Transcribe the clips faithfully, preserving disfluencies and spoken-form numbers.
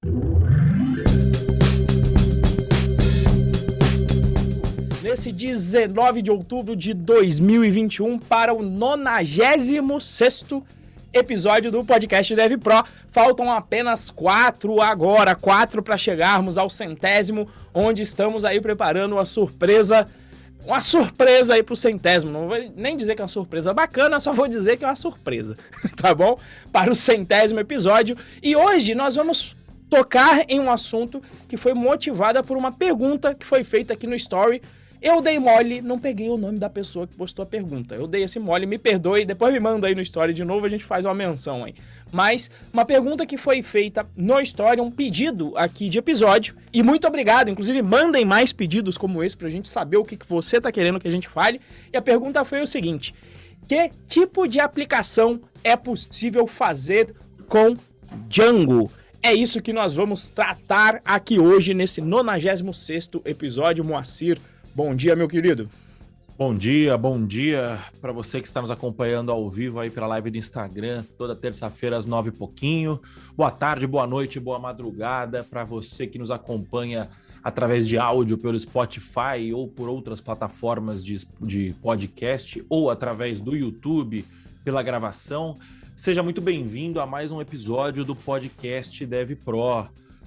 Nesse dezenove de outubro de dois mil e vinte e um, para o nonagésimo sexto episódio do podcast DevPro. Faltam apenas quatro agora, quatro para chegarmos ao centésimo, onde estamos aí preparando uma surpresa, uma surpresa aí pro centésimo. Não vou nem dizer que é uma surpresa bacana, só vou dizer que é uma surpresa, tá bom? Para o centésimo episódio. E hoje nós vamos tocar em um assunto que foi motivada por uma pergunta que foi feita aqui no Story. Eu dei mole, não peguei o nome da pessoa que postou a pergunta. Eu dei esse mole, me perdoe, depois me manda aí no Story de novo, a gente faz uma menção aí. Mas uma pergunta que foi feita no Story, um pedido aqui de episódio. E muito obrigado, inclusive mandem mais pedidos como esse pra gente saber o que, que você tá querendo que a gente fale. E a pergunta foi o seguinte: que tipo de aplicação é possível fazer com Django? É isso que nós vamos tratar aqui hoje nesse nonagésimo sexto episódio, Moacir. Bom dia, meu querido. Bom dia, bom dia para você que está nos acompanhando ao vivo aí pela live do Instagram, toda terça-feira às nove e pouquinho. Boa tarde, boa noite, boa madrugada para você que nos acompanha através de áudio pelo Spotify ou por outras plataformas de, de podcast ou através do YouTube pela gravação. Seja muito bem-vindo a mais um episódio do podcast DevPro.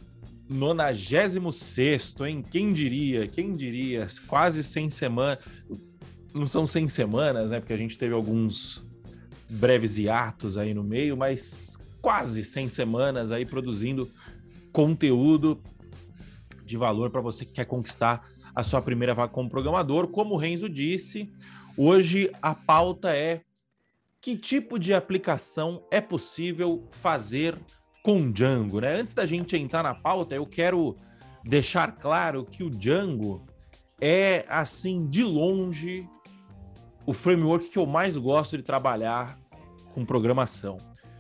nonagésimo sexto, hein? Quem diria? Quem diria? Quase cem semanas. Não são cem semanas, né? Porque a gente teve alguns breves hiatos aí no meio, mas quase cem semanas aí produzindo conteúdo de valor para você que quer conquistar a sua primeira vaga como programador. Como o Renzo disse, hoje a pauta é: que tipo de aplicação é possível fazer com Django, né? Antes da gente entrar na pauta, eu quero deixar claro que o Django é, assim, de longe, o framework que eu mais gosto de trabalhar com programação.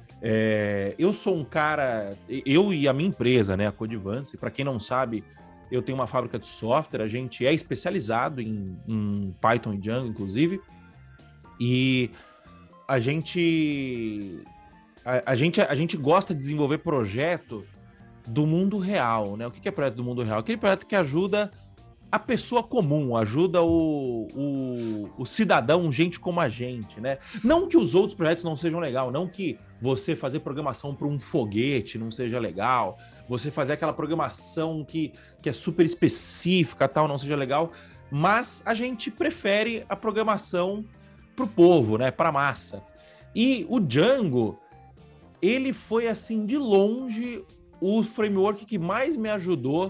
É, eu sou um cara, eu e a minha empresa, né, a Codivance, para quem não sabe, eu tenho uma fábrica de software, a gente é especializado em, em Python e Django, inclusive, e a gente... A, a, gente, a gente gosta de desenvolver projeto do mundo real, né? O que é projeto do mundo real? Aquele projeto que ajuda a pessoa comum, ajuda o, o, o cidadão, gente como a gente, né? Não que os outros projetos não sejam legais, não que você fazer programação para um foguete não seja legal, você fazer aquela programação que, que é super específica, tal, não seja legal, mas a gente prefere a programação para o povo, né? Para a massa. E o Django, ele foi, assim, de longe, o framework que mais me ajudou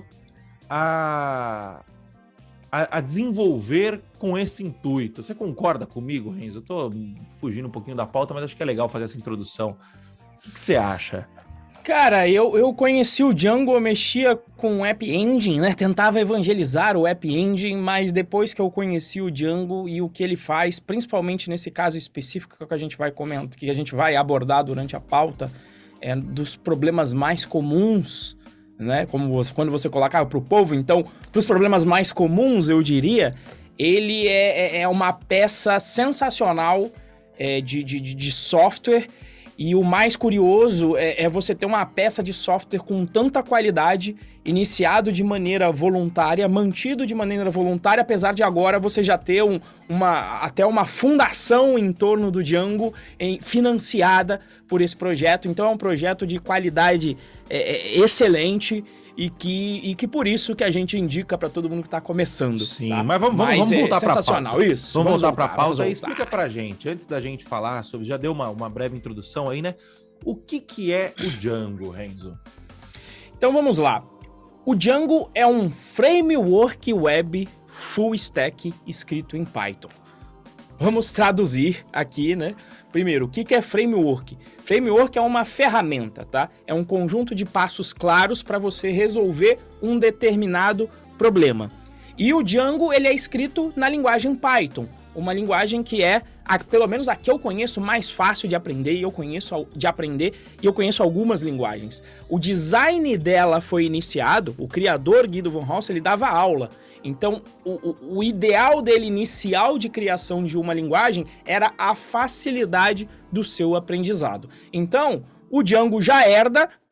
a, a, a desenvolver com esse intuito. Você concorda comigo, Renzo? Eu tô fugindo um pouquinho da pauta, mas acho que é legal fazer essa introdução. O que, que você acha? Cara, eu, eu conheci o Django, eu mexia com o App Engine, né? Tentava evangelizar o App Engine, mas depois que eu conheci o Django e o que ele faz, principalmente nesse caso específico que a gente vai comentar, que a gente vai abordar durante a pauta, é dos problemas mais comuns, né? Como você, quando você colocava para o povo, então, para os problemas mais comuns, eu diria, ele é, é uma peça sensacional é, de, de, de software. E o mais curioso é, é você ter uma peça de software com tanta qualidade, iniciado de maneira voluntária, mantido de maneira voluntária, apesar de agora você já ter um, uma, até uma fundação em torno do Django em, financiada por esse projeto. Então é um projeto de qualidade é, é, excelente e que, e que por isso que a gente indica para todo mundo que está começando. Sim, tá? mas vamos, vamos, mas vamos voltar é para a pauta. Sensacional, isso. Vamos, vamos voltar para a voltar, pauta. voltar. Explica para a gente, antes da gente falar sobre, já deu uma, uma breve introdução aí, né? O que, que é o Django, Renzo? Então vamos lá. O Django é um framework web full stack escrito em Python. Vamos traduzir aqui, né? Primeiro, o que é framework? Framework é uma ferramenta, tá? É um conjunto de passos claros para você resolver um determinado problema. E o Django, ele é escrito na linguagem Python, uma linguagem que é, a, pelo menos a que eu conheço, mais fácil de aprender, e eu conheço de aprender, e eu conheço algumas linguagens. O design dela foi iniciado, o criador Guido von Holst, ele dava aula. Então, o, o, o ideal dele inicial de criação de uma linguagem era a facilidade do seu aprendizado. Então, o Django já herda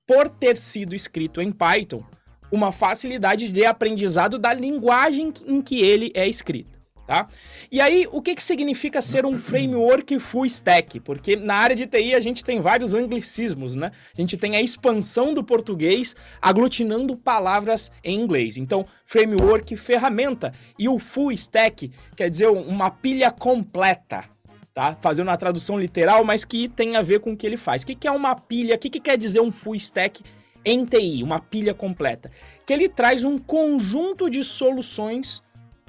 por ter sido escrito em Python, uma facilidade de aprendizado da linguagem em que ele é escrito. Tá? E aí, o que, que significa ser um framework full stack? Porque na área de T I a gente tem vários anglicismos, né? A gente tem a expansão do português aglutinando palavras em inglês. Então, framework, ferramenta, e o full stack quer dizer uma pilha completa, tá? Fazendo uma tradução literal, mas que tem a ver com o que ele faz. O que, que é uma pilha? O que, que quer dizer um full stack em T I? Uma pilha completa. Que ele traz um conjunto de soluções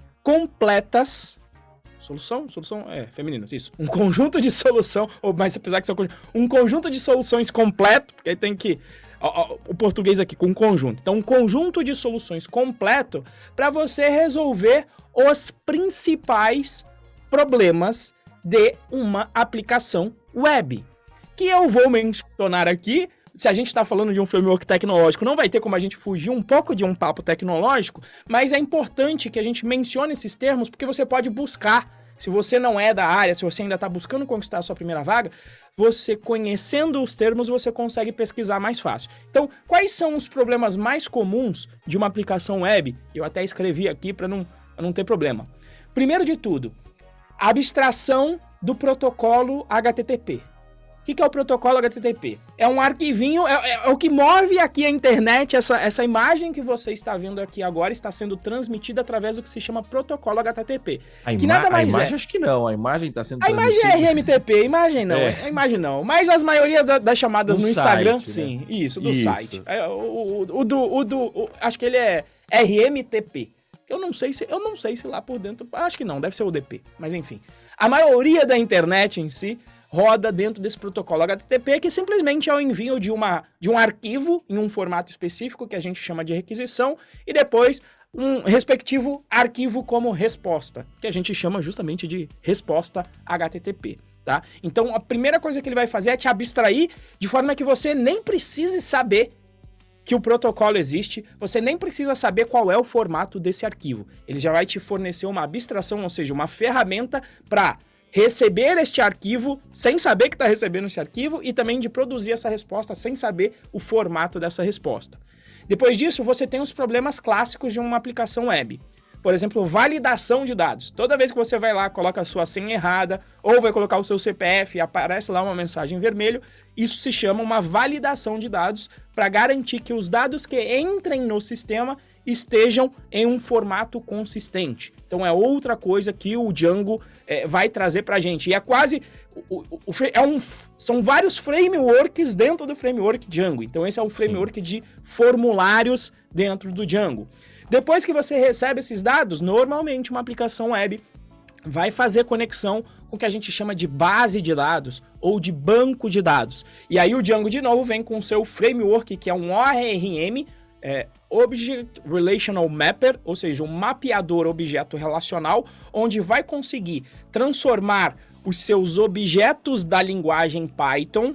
completas, solução, solução, é, feminino, isso, um conjunto de solução, ou mais apesar que são um conjunto de soluções completo, porque aí tem que, ó, ó, o português aqui, com conjunto, então um conjunto de soluções completo para você resolver os principais problemas de uma aplicação web, que eu vou mencionar aqui. Se a gente está falando de um framework tecnológico, não vai ter como a gente fugir um pouco de um papo tecnológico, mas é importante que a gente mencione esses termos, porque você pode buscar. Se você não é da área, se você ainda está buscando conquistar a sua primeira vaga, você conhecendo os termos, você consegue pesquisar mais fácil. Então, quais são os problemas mais comuns de uma aplicação web? Eu até escrevi aqui para não, pra não ter problema. Primeiro de tudo, a abstração do protocolo H T T P. O que, que é o protocolo H T T P? É um arquivinho, é, é, é o que move aqui a internet. Essa, essa imagem que você está vendo aqui agora está sendo transmitida através do que se chama protocolo H T T P. A que nada mais a imagem é. Acho que não, a imagem está sendo A imagem é R M T P, a imagem não, é. a imagem não. Mas as maioria da, das chamadas do no Instagram, site, sim, né? Isso, do isso. site. É, o, o, o do, o do o, acho que ele é R M T P. Eu não sei se, eu não sei se lá por dentro, acho que não, deve ser o D P, mas enfim. A maioria da internet em si roda dentro desse protocolo H T T P, que simplesmente é o envio de, uma, de um arquivo em um formato específico que a gente chama de requisição e depois um respectivo arquivo como resposta, que a gente chama justamente de resposta H T T P, tá? Então, a primeira coisa que ele vai fazer é te abstrair de forma que você nem precise saber que o protocolo existe, você nem precisa saber qual é o formato desse arquivo. Ele já vai te fornecer uma abstração, ou seja, uma ferramenta para receber este arquivo sem saber que está recebendo esse arquivo e também de produzir essa resposta sem saber o formato dessa resposta. Depois disso, você tem os problemas clássicos de uma aplicação web. Por exemplo, validação de dados. Toda vez que você vai lá, coloca a sua senha errada ou vai colocar o seu C P F e aparece lá uma mensagem em vermelho, isso se chama uma validação de dados para garantir que os dados que entrem no sistema estejam em um formato consistente. Então é outra coisa que o Django é, vai trazer para a gente. E é quase... O, o, o, é um, são vários frameworks dentro do framework Django. Então esse é um framework Sim. de formulários dentro do Django. Depois que você recebe esses dados, normalmente uma aplicação web vai fazer conexão com o que a gente chama de base de dados ou de banco de dados. E aí o Django, de novo, vem com o seu framework, que é um O R M, é, Object Relational Mapper, ou seja, um mapeador objeto relacional, onde vai conseguir transformar os seus objetos da linguagem Python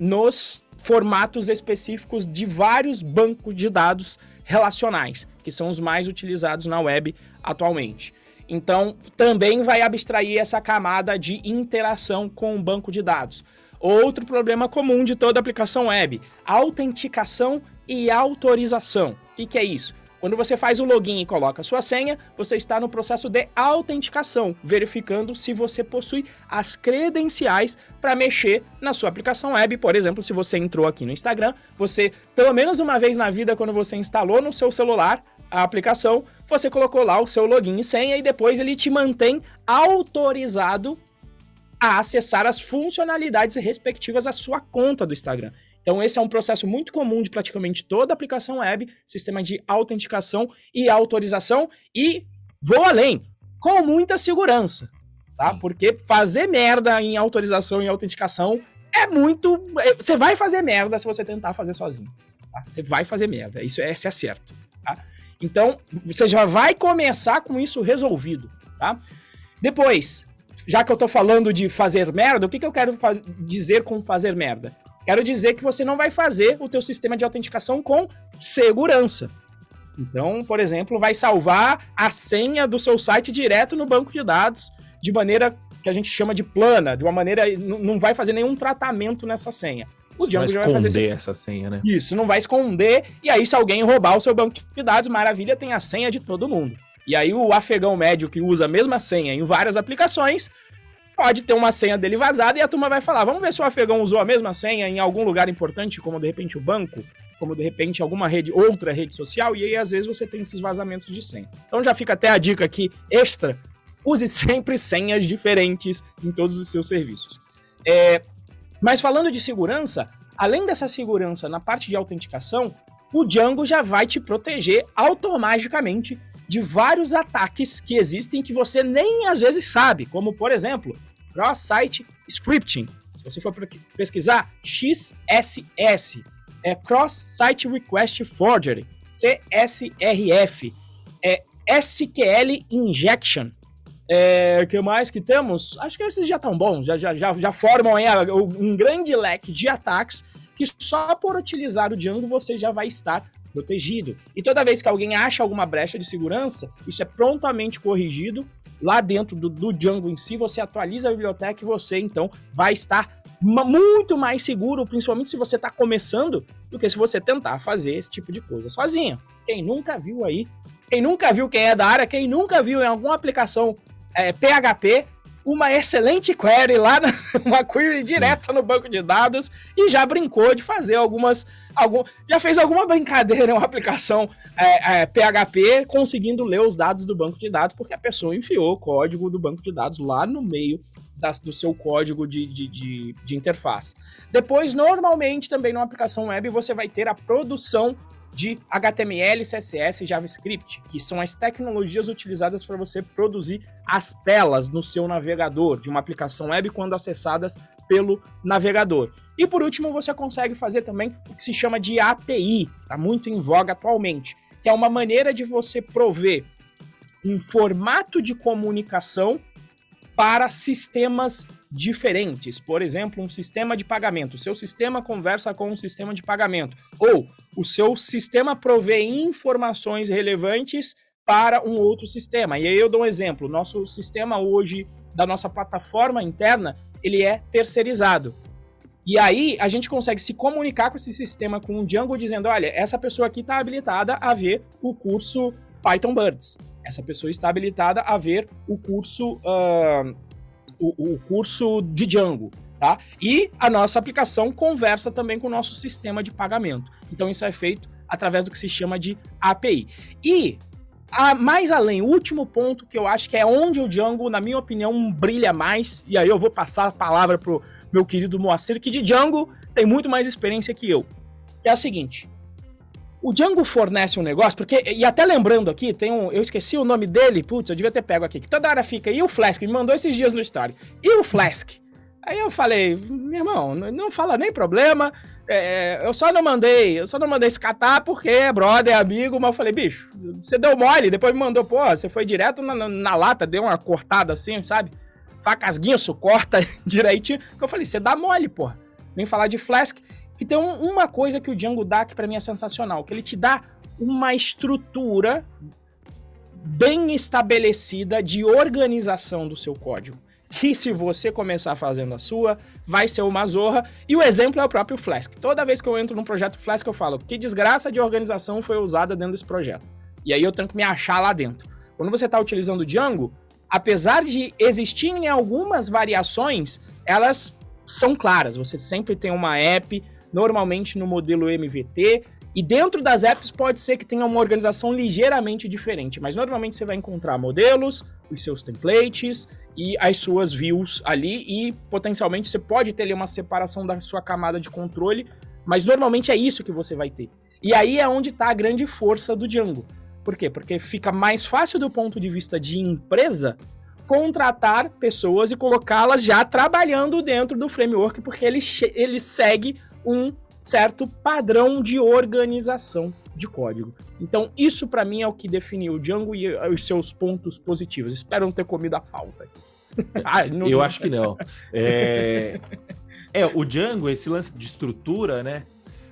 nos formatos específicos de vários bancos de dados relacionais, que são os mais utilizados na web atualmente. Então, também vai abstrair essa camada de interação com o banco de dados. Outro problema comum de toda aplicação web, autenticação e autorização. O que, que é isso? Quando você faz o login e coloca a sua senha, você está no processo de autenticação, verificando se você possui as credenciais para mexer na sua aplicação web. Por exemplo, se você entrou aqui no Instagram, você, pelo menos uma vez na vida, quando você instalou no seu celular a aplicação, você colocou lá o seu login e senha e depois ele te mantém autorizado a acessar as funcionalidades respectivas à sua conta do Instagram. Então esse é um processo muito comum de praticamente toda aplicação web, sistema de autenticação e autorização, e vou além, com muita segurança, tá? Porque fazer merda em autorização e autenticação é muito... Você vai fazer merda se você tentar fazer sozinho, tá? Você vai fazer merda, isso é, isso é certo, tá? Então você já vai começar com isso resolvido, tá? Depois, já que eu tô falando de fazer merda, o que, que eu quero faz- dizer com fazer merda? Quero dizer que você não vai fazer o teu sistema de autenticação com segurança. Então, por exemplo, vai salvar a senha do seu site direto no banco de dados, de maneira que a gente chama de plana, de uma maneira... não vai fazer nenhum tratamento nessa senha. o Django já vai fazer... esconder essa senha, né? Isso, não vai esconder, e aí se alguém roubar o seu banco de dados, maravilha, tem a senha de todo mundo. E aí o afegão médio que usa a mesma senha em várias aplicações, pode ter uma senha dele vazada e a turma vai falar, vamos ver se o afegão usou a mesma senha em algum lugar importante, como de repente o banco, como de repente alguma rede, outra rede social, e aí às vezes você tem esses vazamentos de senha. Então já fica até a dica aqui extra, use sempre senhas diferentes em todos os seus serviços. É, mas falando de segurança, além dessa segurança na parte de autenticação, o Django já vai te proteger automaticamente de vários ataques que existem que você nem às vezes sabe, como por exemplo, Cross-Site Scripting. Se você for pesquisar, X S S, é Cross-Site Request Forgery, C S R F, é S Q L Injection. O é, que mais que temos? Acho que esses já estão bons, já, já, já, já formam aí um grande leque de ataques que só por utilizar o Django você já vai estar protegido. E toda vez que alguém acha alguma brecha de segurança, isso é prontamente corrigido. Lá dentro do, do Django em si, você atualiza a biblioteca e você, então, vai estar muito mais seguro, principalmente se você está começando, do que se você tentar fazer esse tipo de coisa sozinho. Quem nunca viu aí, quem nunca viu quem é da área, quem nunca viu em alguma aplicação é, P H P, uma excelente query lá, na, uma query direta no banco de dados e já brincou de fazer algumas, algum, já fez alguma brincadeira em uma aplicação é, é, P H P conseguindo ler os dados do banco de dados porque a pessoa enfiou o código do banco de dados lá no meio das, do seu código de, de, de, de interface. Depois, normalmente, também numa aplicação web, você vai ter a produção de H T M L, C S S e JavaScript, que são as tecnologias utilizadas para você produzir as telas no seu navegador de uma aplicação web quando acessadas pelo navegador. E por último, você consegue fazer também o que se chama de A P I, está muito em voga atualmente, que é uma maneira de você prover um formato de comunicação para sistemas diferentes. Por exemplo, um sistema de pagamento. O seu sistema conversa com um sistema de pagamento. Ou o seu sistema provê informações relevantes para um outro sistema. E aí eu dou um exemplo. Nosso sistema hoje, da nossa plataforma interna, ele é terceirizado. E aí a gente consegue se comunicar com esse sistema, com o Django, dizendo, olha, essa pessoa aqui está habilitada a ver o curso Python Birds. Essa pessoa está habilitada a ver o curso, uh, o, o curso de Django, tá? E a nossa aplicação conversa também com o nosso sistema de pagamento. Então isso é feito através do que se chama de A P I. E, a, mais além, o último ponto que eu acho que é onde o Django, na minha opinião, brilha mais, e aí eu vou passar a palavra pro meu querido Moacir, que de Django tem muito mais experiência que eu, que é a seguinte... O Django fornece um negócio, porque, e até lembrando aqui, tem um, eu esqueci o nome dele, putz, eu devia ter pego aqui, que toda hora fica, e o Flask, me mandou esses dias no story, e o Flask? Aí eu falei, meu irmão, não, não fala nem problema, é, eu só não mandei, eu só não mandei escatar porque é brother, é amigo, mas eu falei, bicho, você deu mole, depois me mandou, pô, você foi direto na, na, na lata, deu uma cortada assim, sabe? Facasguinço, corta direitinho, que eu falei, você dá mole, porra, nem falar de Flask. Que tem um, uma coisa que o Django dá que pra mim é sensacional, que ele te dá uma estrutura bem estabelecida de organização do seu código. Que se você começar fazendo a sua, vai ser uma zorra. E o exemplo é o próprio Flask. Toda vez que eu entro num projeto Flask, eu falo, que desgraça de organização foi usada dentro desse projeto. E aí eu tenho que me achar lá dentro. Quando você está utilizando o Django, apesar de existirem algumas variações, elas são claras. Você sempre tem uma app... normalmente no modelo M V T, e dentro das apps pode ser que tenha uma organização ligeiramente diferente, mas normalmente você vai encontrar modelos, os seus templates e as suas views ali, e potencialmente você pode ter ali uma separação da sua camada de controle, mas normalmente é isso que você vai ter. E aí é onde está a grande força do Django. Por quê? Porque fica mais fácil do ponto de vista de empresa contratar pessoas e colocá-las já trabalhando dentro do framework, porque ele, ele segue um certo padrão de organização de código. Então, isso para mim é o que definiu o Django e os seus pontos positivos. Espero não ter comido a pauta. ah, não... Eu acho que não. É... é, o Django, esse lance de estrutura, né?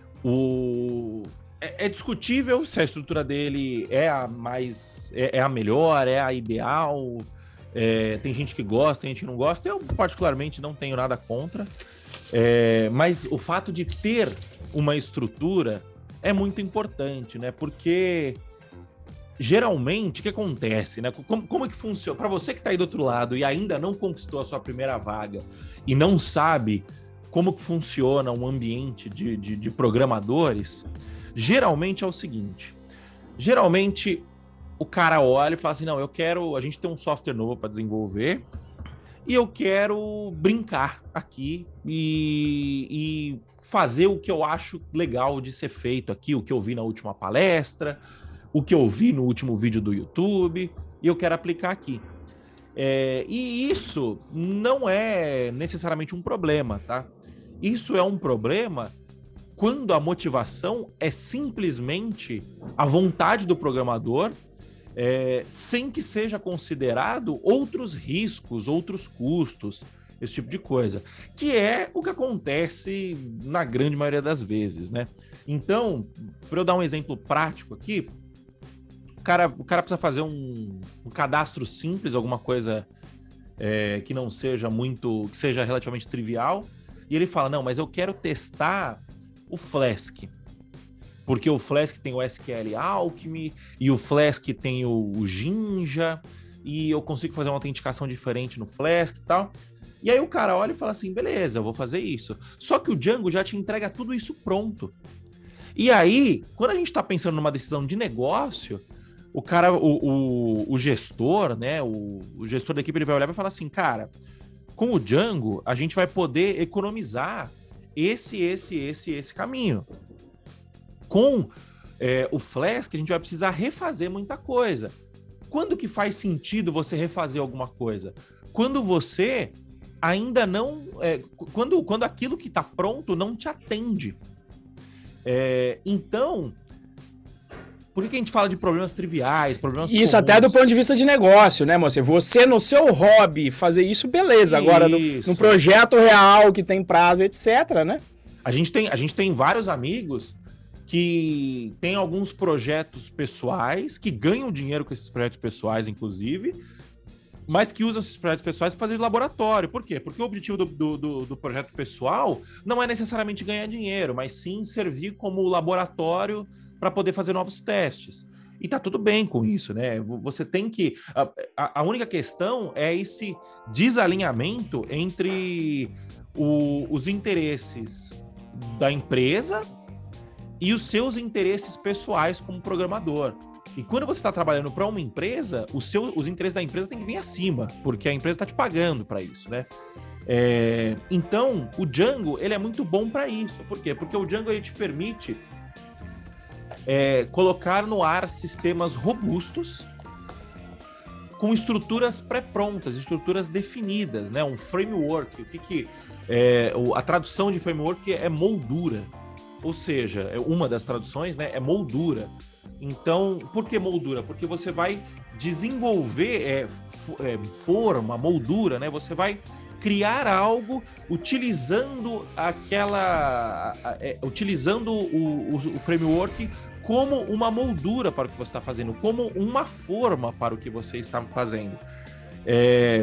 O... É, é discutível se a estrutura dele é a mais... é, é a melhor, é a ideal. É, tem gente que gosta, tem gente que não gosta. Eu, particularmente, não tenho nada contra. É, mas o fato de ter uma estrutura é muito importante, né? Porque geralmente o que acontece, né? Como, como é que funciona? Para você que está aí do outro lado e ainda não conquistou a sua primeira vaga e não sabe como que funciona um ambiente de, de, de programadores, geralmente é o seguinte: geralmente o cara olha e fala assim, não, eu quero, a gente tem um software novo para desenvolver e eu quero brincar aqui e, e fazer o que eu acho legal de ser feito aqui, o que eu vi na última palestra, o que eu vi no último vídeo do YouTube, e eu quero aplicar aqui. É, e isso não é necessariamente um problema, tá? Isso é um problema quando a motivação é simplesmente a vontade do programador, é, sem que seja considerado outros riscos, outros custos, esse tipo de coisa, que é o que acontece na grande maioria das vezes, né? Então, para eu dar um exemplo prático aqui, o cara, o cara precisa fazer um, um cadastro simples, alguma coisa é, que não seja muito, que seja relativamente trivial, e ele fala, não, mas eu quero testar o Flask, porque o Flask tem o S Q L Alchemy, e o Flask tem o, o Jinja, e eu consigo fazer uma autenticação diferente no Flask e tal. E aí o cara olha e fala assim, beleza, eu vou fazer isso. Só que o Django já te entrega tudo isso pronto. E aí, quando a gente está pensando numa decisão de negócio, o cara, o, o, o gestor, né, o, o gestor da equipe, ele vai olhar e vai falar assim, cara, com o Django, a gente vai poder economizar esse, esse, esse, esse caminho. Com é, o Flask, a gente vai precisar refazer muita coisa. Quando que faz sentido você refazer alguma coisa? Quando você ainda não... É, quando, quando aquilo que está pronto não te atende. É, então... Por que a gente fala de problemas triviais, problemas Isso comuns? Até do ponto de vista de negócio, né, moça? Você no seu hobby fazer isso, beleza. Agora, no, no projeto real que tem prazo, etcétera, né? A gente tem, a gente tem vários amigos que têm alguns projetos pessoais, que ganham dinheiro com esses projetos pessoais, inclusive, mas que usam esses projetos pessoais para fazer laboratório. Por quê? Porque o objetivo do, do, do, do projeto pessoal não é necessariamente ganhar dinheiro, mas sim servir como laboratório para poder fazer novos testes. E tá tudo bem com isso, né? Você tem que... A, a única questão é esse desalinhamento entre o, os interesses da empresa e os seus interesses pessoais como programador. E quando você está trabalhando para uma empresa, o seu, os interesses da empresa têm que vir acima, porque a empresa está te pagando para isso, né? É, então, o Django, ele é muito bom para isso. Por quê? Porque o Django, ele te permite É, colocar no ar sistemas robustos com estruturas pré-prontas, estruturas definidas, né? Um framework. O que que é, a tradução de framework é moldura, ou seja, uma das traduções, né, é moldura. Então, por que moldura? Porque você vai desenvolver é, é, forma, moldura, né? Você vai criar algo utilizando aquela, é, utilizando o, o, o framework como uma moldura para o que você está fazendo, como uma forma para o que você está fazendo. É...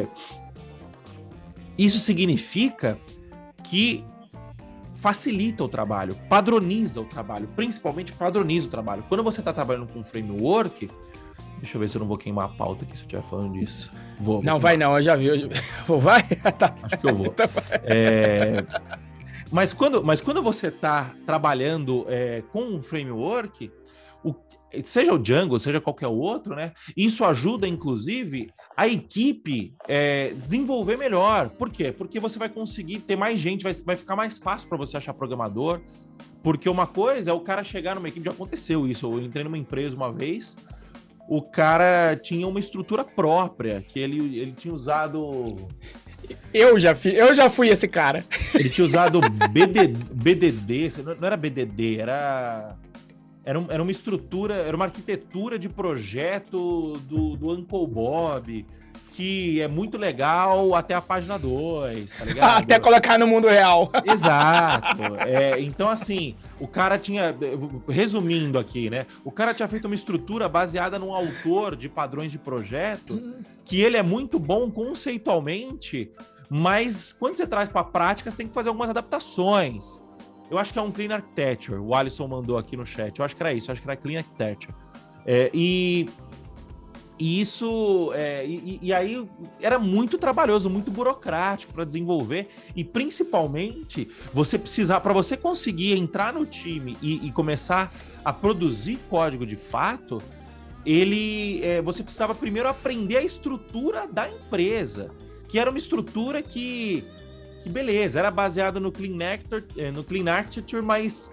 Isso significa que facilita o trabalho, padroniza o trabalho, principalmente padroniza o trabalho. Quando você está trabalhando com um framework, deixa eu ver se eu não vou queimar a pauta aqui se eu estiver falando disso. Vou, vou não, queimar. vai não, eu já vi. Eu... Vai? Tá. Acho que eu vou. É... Mas quando, mas quando você está trabalhando é, com um framework, o, seja o Django, seja qualquer outro, né? Isso ajuda, inclusive, a equipe é, desenvolver melhor. Por quê? Porque você vai conseguir ter mais gente, vai, vai ficar mais fácil para você achar programador. Porque uma coisa é o cara chegar numa equipe, já aconteceu isso. Eu entrei numa empresa uma vez, o cara tinha uma estrutura própria, que ele, ele tinha usado... Eu já, fi, eu já fui esse cara. Ele tinha usado B D, B D D, não era B D D, era, era, um, era uma estrutura, era uma arquitetura de projeto do, do Uncle Bob, que é muito legal até a página dois, tá ligado? Até colocar no mundo real. Exato. É, então, assim, o cara tinha, resumindo aqui, né? O cara tinha feito uma estrutura baseada num autor de padrões de projeto, que ele é muito bom conceitualmente, Mas quando você traz para a prática, você tem que fazer algumas adaptações. Eu acho que é um Clean Architecture, o Alisson mandou aqui no chat. Eu acho que era isso, eu acho que era Clean Architecture. É, e, e isso, é, e, e aí era muito trabalhoso, muito burocrático para desenvolver, e principalmente você precisar, para você conseguir entrar no time e, e começar a produzir código de fato, ele, é, você precisava primeiro aprender a estrutura da empresa, que era uma estrutura que, que beleza, era baseada no Clean Architecture, no Clean Architecture, mas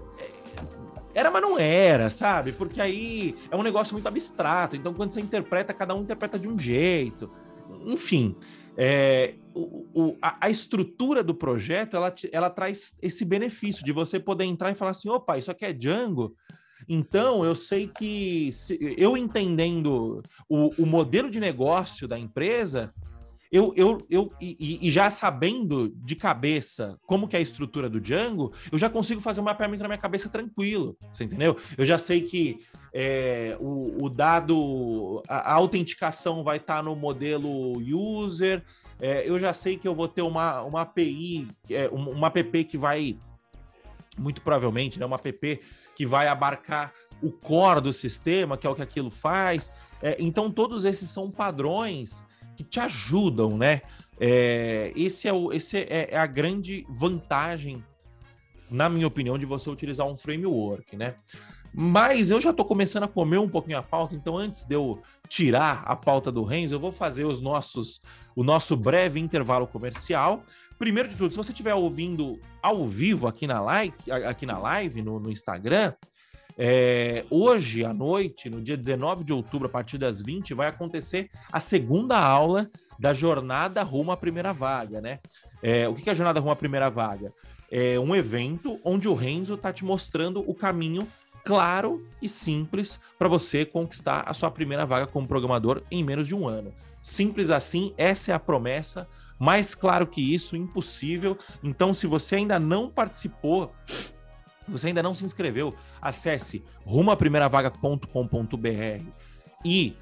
era, mas não era, sabe? Porque aí é um negócio muito abstrato. Então, quando você interpreta, cada um interpreta de um jeito. Enfim, é, o, o, a, a estrutura do projeto, ela, ela traz esse benefício de você poder entrar e falar assim, opa, isso aqui é Django. Então, eu sei que se, eu entendendo o, o modelo de negócio da empresa, eu, eu, eu e, e já sabendo de cabeça como que é a estrutura do Django, eu já consigo fazer um mapeamento na minha cabeça tranquilo, você entendeu? Eu já sei que é, o, o dado, a, a autenticação vai estar no modelo user, é, eu já sei que eu vou ter uma, uma A P I, é, uma app que vai, muito provavelmente, né, uma app que vai abarcar o core do sistema, que é o que aquilo faz. É, então, todos esses são padrões que te ajudam, né? É, esse é, o, esse é, é a grande vantagem, na minha opinião, de você utilizar um framework, né? Mas eu já estou começando a comer um pouquinho a pauta, então antes de eu tirar a pauta do Renzo, eu vou fazer os nossos, o nosso breve intervalo comercial. Primeiro de tudo, se você estiver ouvindo ao vivo aqui na live, aqui na live no, no Instagram, É, hoje à noite, no dia dezenove de outubro, a partir das vinte, vai acontecer a segunda aula da Jornada Rumo à Primeira Vaga, né? É, o que é a Jornada Rumo à Primeira Vaga? É um evento onde o Renzo está te mostrando o caminho claro e simples para você conquistar a sua primeira vaga como programador em menos de um ano. Simples assim, essa é a promessa. Mais claro que isso, impossível. Então, se você ainda não participou, você ainda não se inscreveu, acesse rumo a primeira vaga ponto com ponto b r e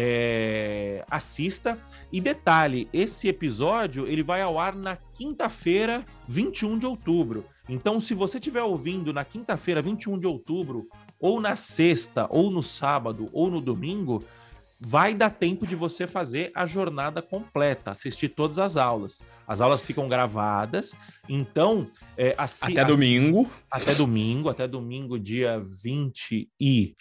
é, assista. E detalhe, esse episódio ele vai ao ar na quinta-feira, vinte e um de outubro. Então, se você estiver ouvindo na quinta-feira, vinte e um de outubro, ou na sexta, ou no sábado, ou no domingo, vai dar tempo de você fazer a jornada completa, assistir todas as aulas. As aulas ficam gravadas, então... É, assi- até domingo. Assi- até domingo, até domingo, dia vinte e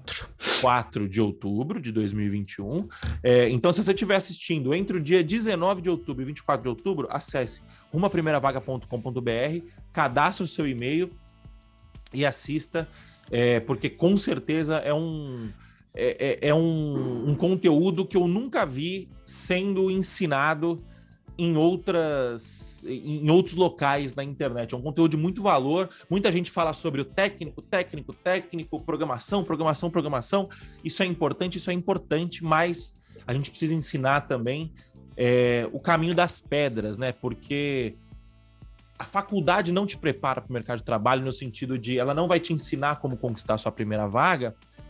quatro de outubro de dois mil e vinte e um. É, então, se você estiver assistindo entre o dia dezenove de outubro e vinte e quatro de outubro, acesse rumo a primeira vaga ponto com ponto b r, cadastre o seu e-mail e assista, é, porque com certeza é um... É, é, é um, um conteúdo que eu nunca vi sendo ensinado em, outras, em outros locais na internet. É um conteúdo de muito valor. Muita gente fala sobre o técnico, técnico, técnico, programação, programação, programação. Isso é importante, isso é importante, mas a gente precisa ensinar também é, o caminho das pedras, né? Porque a faculdade não te prepara para o mercado de trabalho no sentido de ela não vai te ensinar como conquistar a sua primeira vaga.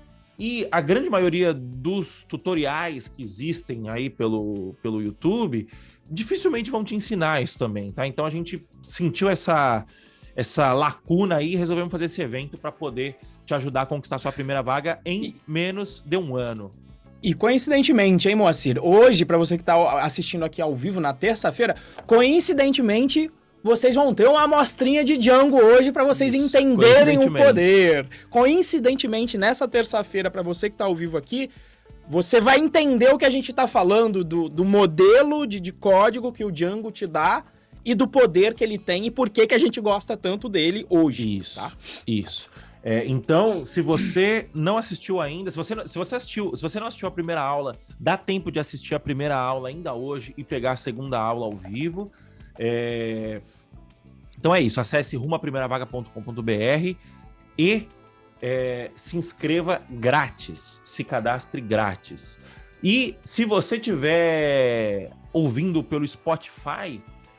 E a grande maioria dos tutoriais que existem aí pelo, pelo YouTube dificilmente vão te ensinar isso também, tá? Então a gente sentiu essa, essa lacuna aí e resolvemos fazer esse evento para poder te ajudar a conquistar a sua primeira vaga em menos de um ano. E coincidentemente, hein, Moacir? Hoje, para você que está assistindo aqui ao vivo na terça-feira, coincidentemente... vocês vão ter uma amostrinha de Django hoje para vocês Isso, entenderem o poder. Coincidentemente, nessa terça-feira, para você que está ao vivo aqui, você vai entender o que a gente está falando do, do modelo de, de código que o Django te dá e do poder que ele tem e por que, que a gente gosta tanto dele hoje. Isso, tá? isso. É, então, se você não assistiu ainda, se você, se, você assistiu, se você não assistiu a primeira aula, dá tempo de assistir a primeira aula ainda hoje e pegar a segunda aula ao vivo. É... Então é isso, acesse rumo a primeira vaga ponto com ponto b r e é, se inscreva grátis, se cadastre grátis. E se você estiver ouvindo pelo Spotify,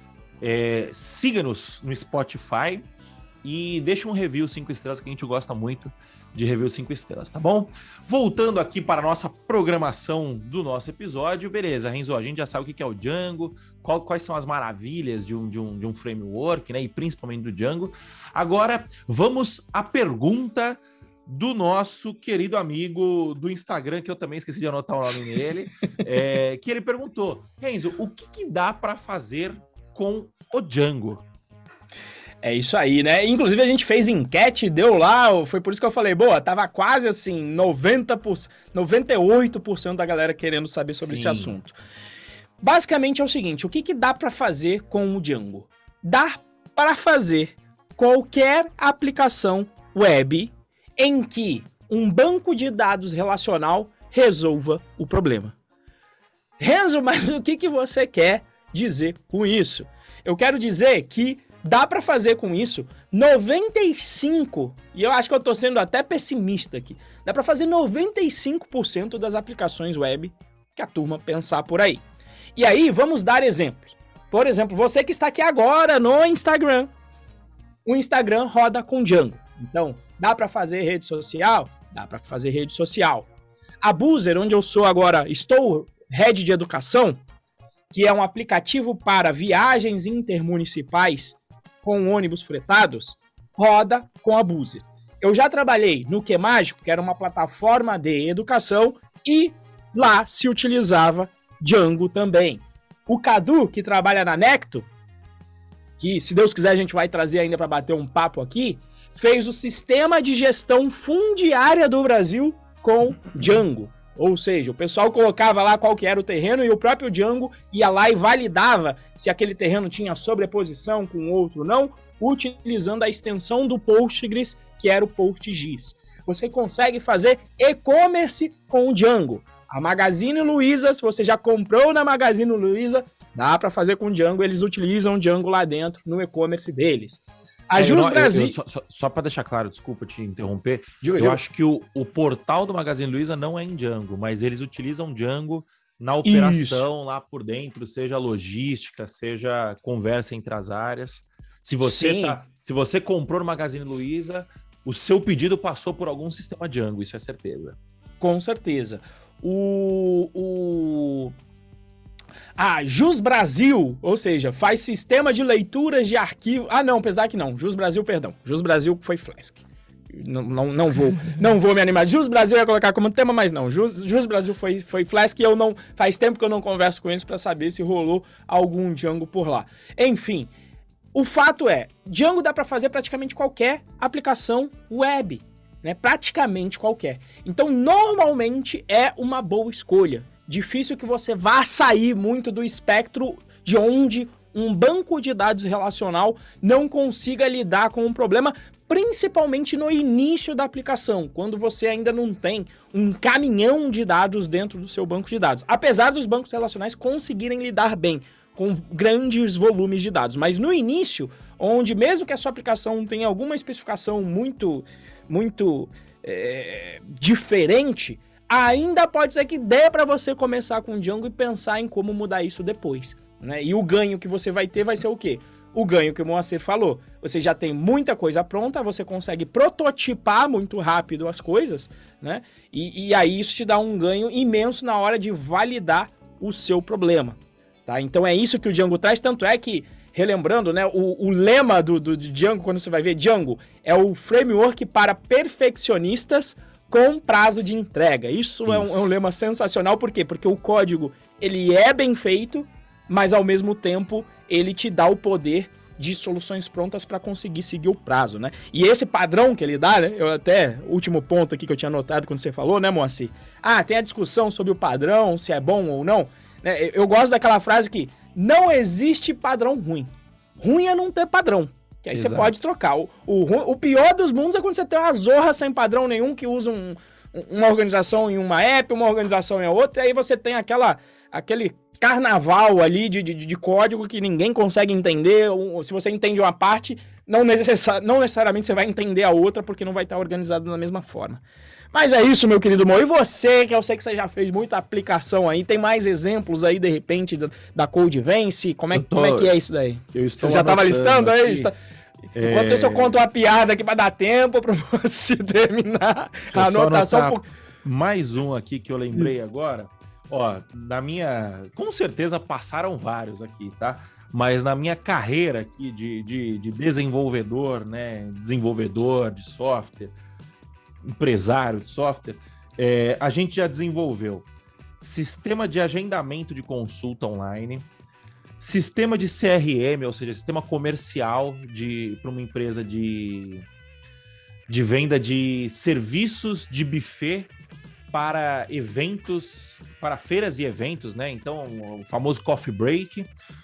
é, siga-nos no Spotify e deixa um review cinco estrelas que a gente gosta muito de review cinco estrelas, tá bom? Voltando aqui para a nossa programação do nosso episódio, beleza, Renzo, a gente já sabe o que é o Django, qual, quais são as maravilhas de um, de, um, de um framework, né, e principalmente do Django. Agora, vamos à pergunta do nosso querido amigo do Instagram, que eu também esqueci de anotar o nome dele, é, que ele perguntou, Renzo, o que, que dá para fazer com o Django? É isso aí, né? Inclusive a gente fez enquete, deu lá, foi por isso que eu falei, boa, tava quase assim, noventa por cento, noventa e oito por cento da galera querendo saber sobre Sim. esse assunto. Basicamente é o seguinte, o que, que dá para fazer com o Django? Dá para fazer qualquer aplicação web em que um banco de dados relacional resolva o problema. Renzo, mas o que, que você quer dizer com isso? Eu quero dizer que dá para fazer com isso noventa e cinco por cento, e eu acho que eu tô sendo até pessimista aqui, dá para fazer noventa e cinco por cento das aplicações web que a turma pensar por aí. E aí, vamos dar exemplos. Por exemplo, você que está aqui agora no Instagram, o Instagram roda com Django. Então, dá para fazer rede social? Dá para fazer rede social. A Boozer, onde eu sou agora, estou head de educação, que é um aplicativo para viagens intermunicipais com ônibus fretados, roda com a Boozer. Eu já trabalhei no Que Mágico, que era uma plataforma de educação, e lá se utilizava Django também. O Cadu, que trabalha na Necto, que se Deus quiser a gente vai trazer ainda para bater um papo aqui, fez o sistema de gestão fundiária do Brasil com Django. Ou seja, o pessoal colocava lá qual que era o terreno e o próprio Django ia lá e validava se aquele terreno tinha sobreposição com outro ou não, utilizando a extensão do Postgres, que era o PostGIS. Você consegue fazer e-commerce com o Django. A Magazine Luiza, se você já comprou na Magazine Luiza, dá para fazer com o Django, eles utilizam o Django lá dentro no e-commerce deles. A é, Jus não, Brasil... Eu, eu, só só, só para deixar claro, desculpa te interromper, diga, eu diga. acho que o, o portal do Magazine Luiza não é em Django, mas eles utilizam Django na operação Isso. lá por dentro, seja logística, seja conversa entre as áreas. Se você, tá, se você comprou no Magazine Luiza, o seu pedido passou por algum sistema Django, isso é certeza. Com certeza. O... o... Ah, Jus Brasil, ou seja, faz sistema de leituras de arquivo. Ah, não, apesar que não. Jus Brasil, perdão. Jus Brasil foi Flask. Não, não, não vou, não vou me animar. Jus Brasil eu ia colocar como tema, mas não. Jus, Jus Brasil foi, foi Flask e eu não. Faz tempo que eu não converso com eles para saber se rolou algum Django por lá. Enfim, o fato é, Django dá para fazer praticamente qualquer aplicação web, né? Praticamente qualquer. Então, normalmente é uma boa escolha. Difícil que você vá sair muito do espectro de onde um banco de dados relacional não consiga lidar com um problema, principalmente no início da aplicação, quando você ainda não tem um caminhão de dados dentro do seu banco de dados. Apesar dos bancos relacionais conseguirem lidar bem com grandes volumes de dados, mas no início, onde mesmo que a sua aplicação tenha alguma especificação muito, muito é, diferente, ainda pode ser que dê para você começar com Django e pensar em como mudar isso depois, né? E o ganho que você vai ter vai ser o quê? O ganho que o Moacir falou. Você já tem muita coisa pronta, você consegue prototipar muito rápido as coisas, né? E, e aí isso te dá um ganho imenso na hora de validar o seu problema, tá? Então é isso que o Django traz, tanto é que, relembrando, né, o, o lema do, do, do Django, quando você vai ver Django, é o framework para perfeccionistas com prazo de entrega. Isso, Isso. É, um, é um lema sensacional, por quê? Porque o código, ele é bem feito, mas ao mesmo tempo ele te dá o poder de soluções prontas para conseguir seguir o prazo, né? E esse padrão que ele dá, né? Eu até, último ponto aqui que eu tinha anotado quando você falou, né, Moacir? Ah, tem a discussão sobre o padrão, se é bom ou não, né? Eu gosto daquela frase que não existe padrão ruim. Ruim é não ter padrão. Que aí Exato. Você pode trocar. O, o, o pior dos mundos é quando você tem uma zorra sem padrão nenhum que usa um, uma organização em uma app, uma organização em outra, e aí você tem aquela, aquele carnaval ali de, de, de código que ninguém consegue entender. Ou, se você entende uma parte, não, necessari- não necessariamente você vai entender a outra, porque não vai estar organizado da mesma forma. Mas é isso, meu querido Mo. E você, que eu sei que você já fez muita aplicação aí, tem mais exemplos aí, de repente, da, da Codevence? Como é, tô, como é que é isso daí? Eu estou você já estava listando aí? Está... Enquanto é... isso, eu conto uma piada aqui para dar tempo para você terminar a anotação. Por... Mais um aqui que eu lembrei isso. agora. Ó, na minha... Com certeza passaram vários aqui, tá? Mas na minha carreira aqui de, de, de desenvolvedor, né? Desenvolvedor de software, empresário de software, é, a gente já desenvolveu sistema de agendamento de consulta online, sistema de C R M, ou seja, sistema comercial para uma empresa de, de venda de serviços de buffet para eventos, para feiras e eventos, né? Então, o famoso coffee break.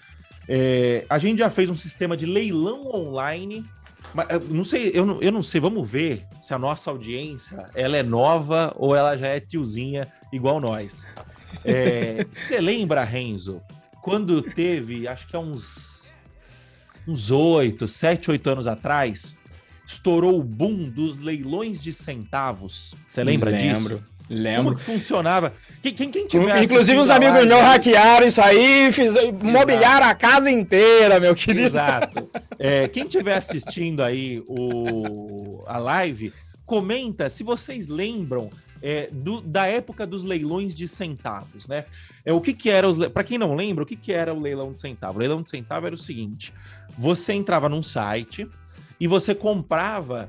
É, a gente já fez um sistema de leilão online. Mas, não sei, eu não, eu não sei, vamos ver se a nossa audiência ela é nova ou ela já é tiozinha igual nós. Você é, lembra, Renzo, quando teve, acho que há uns uns oito, sete, oito anos atrás, estourou o boom dos leilões de centavos. Você lembra lembro, disso? Lembro, lembro. Como que funcionava? Quem, quem, quem tiver Inclusive os amigos meus hackearam isso aí, fiz, mobiliaram a casa inteira, meu querido. Exato. É, quem estiver assistindo aí o, a live, comenta se vocês lembram é, do, da época dos leilões de centavos, né? É, o que que era os... Para quem não lembra, o que que era o leilão de centavo? O leilão de centavo era o seguinte: você entrava num site e você comprava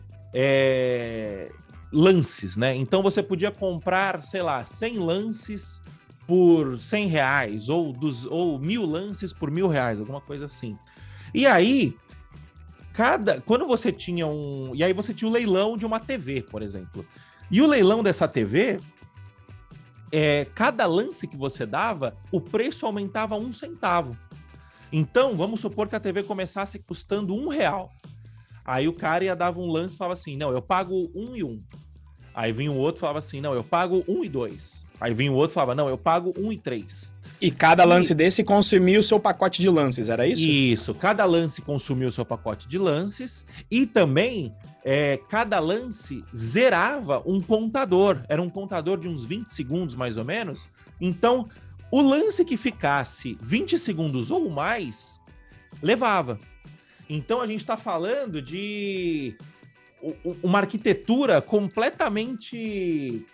é, lances, né? Então você podia comprar, sei lá, cem lances por cem reais ou, dos, ou mil lances por mil reais, alguma coisa assim. E aí, cada, quando você tinha um... E aí você tinha o leilão de uma T V, por exemplo. E o leilão dessa T V, é, cada lance que você dava, o preço aumentava um centavo. Então, vamos supor que a T V começasse custando um real. Aí o cara ia dar um lance e falava assim, não, eu pago um e um. Aí vinha o outro e falava assim, não, eu pago um e dois. Aí vinha o outro e falava, não, eu pago um e três. E cada lance e... desse consumia o seu pacote de lances, era isso? Isso, cada lance consumia o seu pacote de lances e também é, cada lance zerava um contador. Era um contador de uns vinte segundos, mais ou menos. Então, o lance que ficasse vinte segundos ou mais, levava. Então, a gente está falando de uma arquitetura completamente...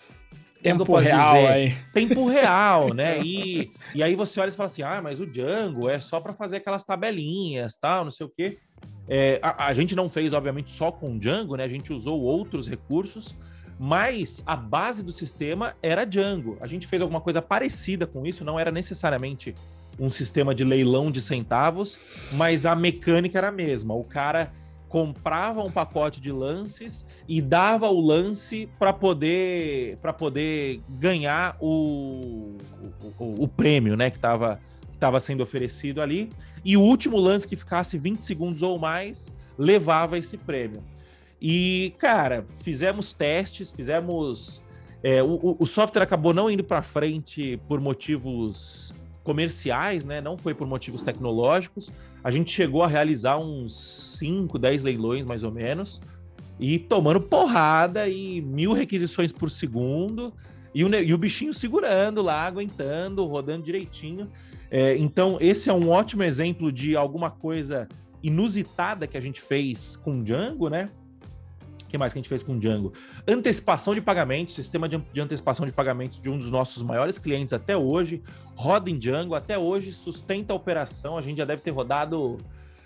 Tempo real, dizer, aí. Tempo real, né? E, e aí você olha e fala assim, ah, mas o Django é só para fazer aquelas tabelinhas, tal, não sei o quê. É, a, a gente não fez, obviamente, só com o Django, né? A gente usou outros recursos, mas a base do sistema era Django. A gente fez alguma coisa parecida com isso, não era necessariamente um sistema de leilão de centavos, mas a mecânica era a mesma. O cara comprava um pacote de lances e dava o lance para poder, para poder ganhar o, o, o prêmio, né, que estava que estava sendo oferecido ali. E o último lance que ficasse vinte segundos ou mais levava esse prêmio. E, cara, fizemos testes, fizemos... É, o, o software acabou não indo para frente por motivos comerciais, né? Não foi por motivos tecnológicos. A gente chegou a realizar uns cinco, dez leilões, mais ou menos, e tomando porrada e mil requisições por segundo, e o, e o bichinho segurando lá, aguentando, rodando direitinho. É, então, esse é um ótimo exemplo de alguma coisa inusitada que a gente fez com Django, né? O que mais que a gente fez com Django? Antecipação de pagamentos, sistema de, de antecipação de pagamentos de um dos nossos maiores clientes até hoje, roda em Django, até hoje sustenta a operação, a gente já deve ter rodado,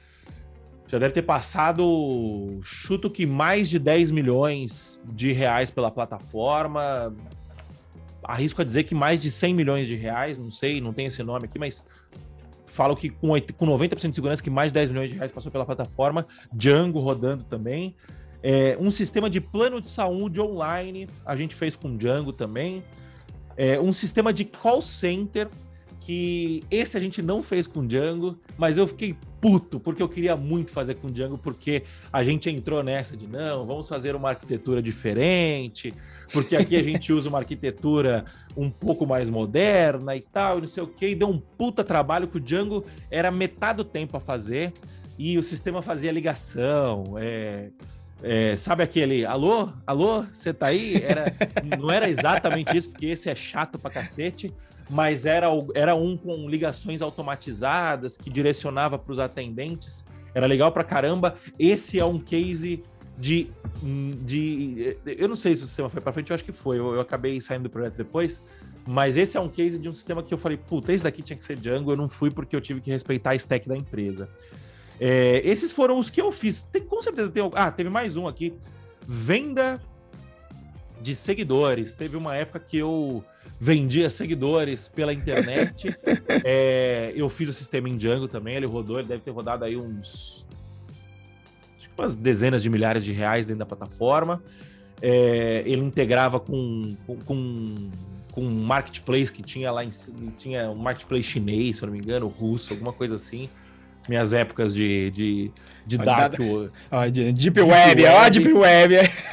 já deve ter passado, chuto que mais de dez milhões de reais pela plataforma, arrisco a dizer que mais de cem milhões de reais, não sei, não tem esse nome aqui, mas falo que com, com noventa por cento de segurança que mais de dez milhões de reais passou pela plataforma, Django rodando também. É, um sistema de plano de saúde online, a gente fez com Django também. É, um sistema de call center, que esse a gente não fez com Django, mas eu fiquei puto, porque eu queria muito fazer com Django, porque a gente entrou nessa de, não, vamos fazer uma arquitetura diferente, porque aqui a gente usa uma arquitetura um pouco mais moderna e tal, e não sei o que, e deu um puta trabalho que o Django era metade do tempo a fazer, e o sistema fazia ligação, é... É, sabe aquele, alô, alô, você tá aí? Era, não era exatamente isso, porque esse é chato pra cacete, mas era, era um com ligações automatizadas que direcionava para os atendentes Era legal pra caramba. Esse é um case de... de eu não sei se o sistema foi pra frente, eu acho que foi. Eu, eu acabei saindo do projeto depois. Mas esse é um case de um sistema que eu falei, puta, esse daqui tinha que ser Django. Eu não fui porque eu tive que respeitar a stack da empresa. É, esses foram os que eu fiz. Tem, com certeza tem... Ah, teve mais um aqui. Venda de seguidores. Teve uma época que eu vendia seguidores pela internet. é, eu fiz o sistema em Django também. Ele rodou, ele deve ter rodado aí uns... acho que umas dezenas de milhares de reais dentro da plataforma. É, ele integrava com... com, com com um marketplace que tinha lá em... tinha um marketplace chinês, se eu não me engano, russo, alguma coisa assim. Minhas épocas de, de, de dark web. Deep, deep web, ó, Deep Web.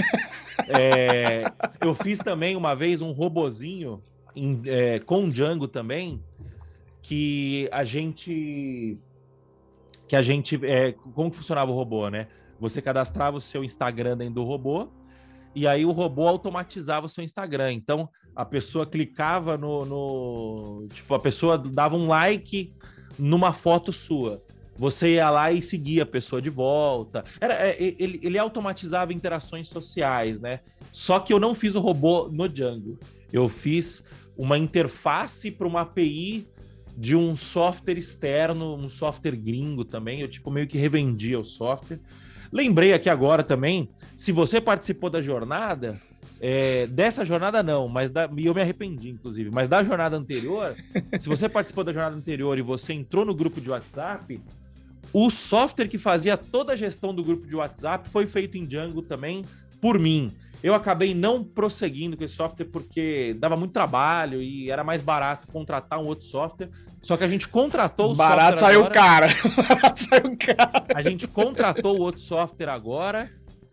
É, eu fiz também uma vez um robozinho em, é, com Django também, que a gente... que a gente... É, como que funcionava o robô, né? Você cadastrava o seu Instagram dentro do robô, e aí o robô automatizava o seu Instagram. Então, a pessoa clicava no... no tipo, a pessoa dava um like numa foto sua. Você ia lá e seguia a pessoa de volta. Era, ele, ele automatizava interações sociais, né? Só que eu não fiz o robô no Django. Eu fiz uma interface para uma A P I de um software externo, um software gringo também. Eu, tipo, meio que revendia o software. Lembrei aqui agora também, se você participou da jornada, é, dessa jornada não, mas da, e eu me arrependi, inclusive, mas da jornada anterior, se você participou da jornada anterior e você entrou no grupo de WhatsApp, o software que fazia toda a gestão do grupo de WhatsApp foi feito em Django também por mim. Eu acabei não prosseguindo com esse software porque dava muito trabalho e era mais barato contratar um outro software. Só que a gente contratou o barato software saiu agora. Cara. Barato saiu caro. A gente contratou o outro software agora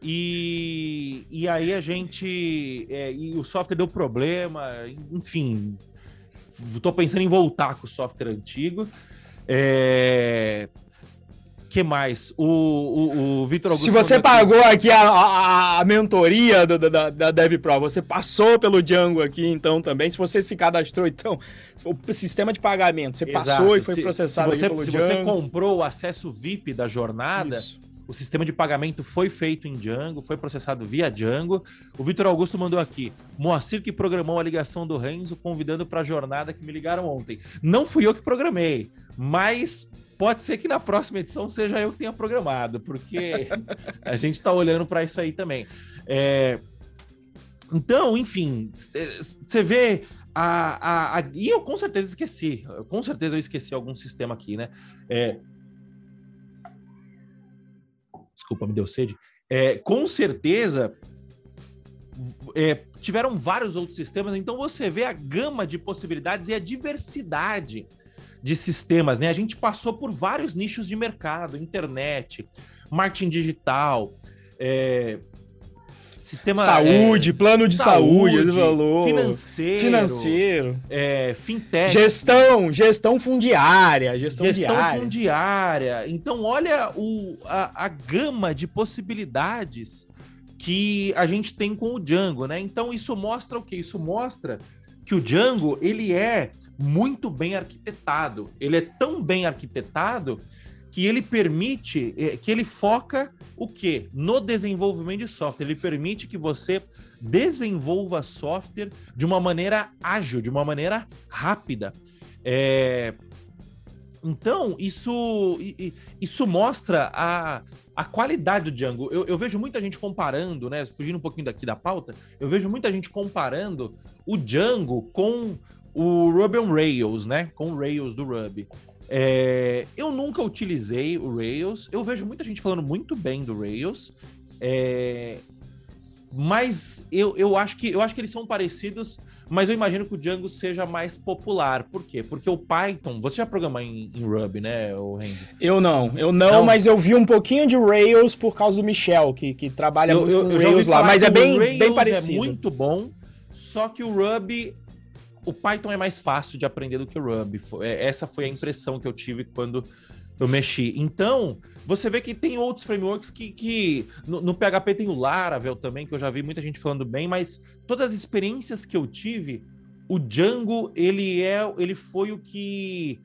e, e aí a gente... É, e o software deu problema, enfim. Tô pensando em voltar com o software antigo. É... que mais? O, o, o Vitor Augusto... Se você pagou aqui, aqui a, a, a mentoria da, da, da DevPro, você passou pelo Django aqui, então, também. Se você se cadastrou, então, o sistema de pagamento, você Exato. Passou e foi se, processado se você, pelo se Django. Se você comprou o acesso V I P da jornada... Isso. O sistema de pagamento foi feito em Django, foi processado via Django. O Vitor Augusto mandou aqui: Moacir que programou a ligação do Renzo, convidando para a jornada que me ligaram ontem. Não fui eu que programei, mas pode ser que na próxima edição seja eu que tenha programado, porque a gente está olhando para isso aí também. É... Então, enfim, você vê... A, a, a... E eu com certeza esqueci, com certeza eu esqueci algum sistema aqui, né? É... Desculpa, me deu sede. É, com certeza, é, tiveram vários outros sistemas, então você vê a gama de possibilidades e a diversidade de sistemas, né? A gente passou por vários nichos de mercado, internet, marketing digital, é, sistema... Saúde, é, plano de saúde, saúde valor, financeiro, financeiro é, fintech. Gestão, gestão fundiária, gestão, gestão diária. fundiária. Então, olha o, a, a gama de possibilidades que a gente tem com o Django, né? Então, isso mostra o quê? Isso mostra que o Django, ele é muito bem arquitetado. Ele é tão bem arquitetado que ele permite, que ele foca o quê? No desenvolvimento de software. Ele permite que você desenvolva software de uma maneira ágil, de uma maneira rápida. É... Então, isso, isso mostra a, a qualidade do Django. Eu, eu vejo muita gente comparando, né? Fugindo um pouquinho daqui da pauta, eu vejo muita gente comparando o Django com o Ruby on Rails, né? Com o Rails do Ruby. É, eu nunca utilizei o Rails, eu vejo muita gente falando muito bem do Rails, é, mas eu, eu, acho que, eu acho que eles são parecidos, mas eu imagino que o Django seja mais popular. Por quê? Porque o Python... Você já programou em, em Ruby, né, o Randy? Eu não, eu não, não, mas eu vi um pouquinho de Rails por causa do Michel, que, que trabalha eu, muito eu, com eu Rails lá, mas é bem, bem parecido. É muito bom, só que o Ruby... O Python é mais fácil de aprender do que o Ruby. Essa foi a impressão que eu tive quando eu mexi. Então, você vê que tem outros frameworks que... que no, no P H P tem o Laravel também, que eu já vi muita gente falando bem, mas todas as experiências que eu tive, o Django, ele, é, ele foi o que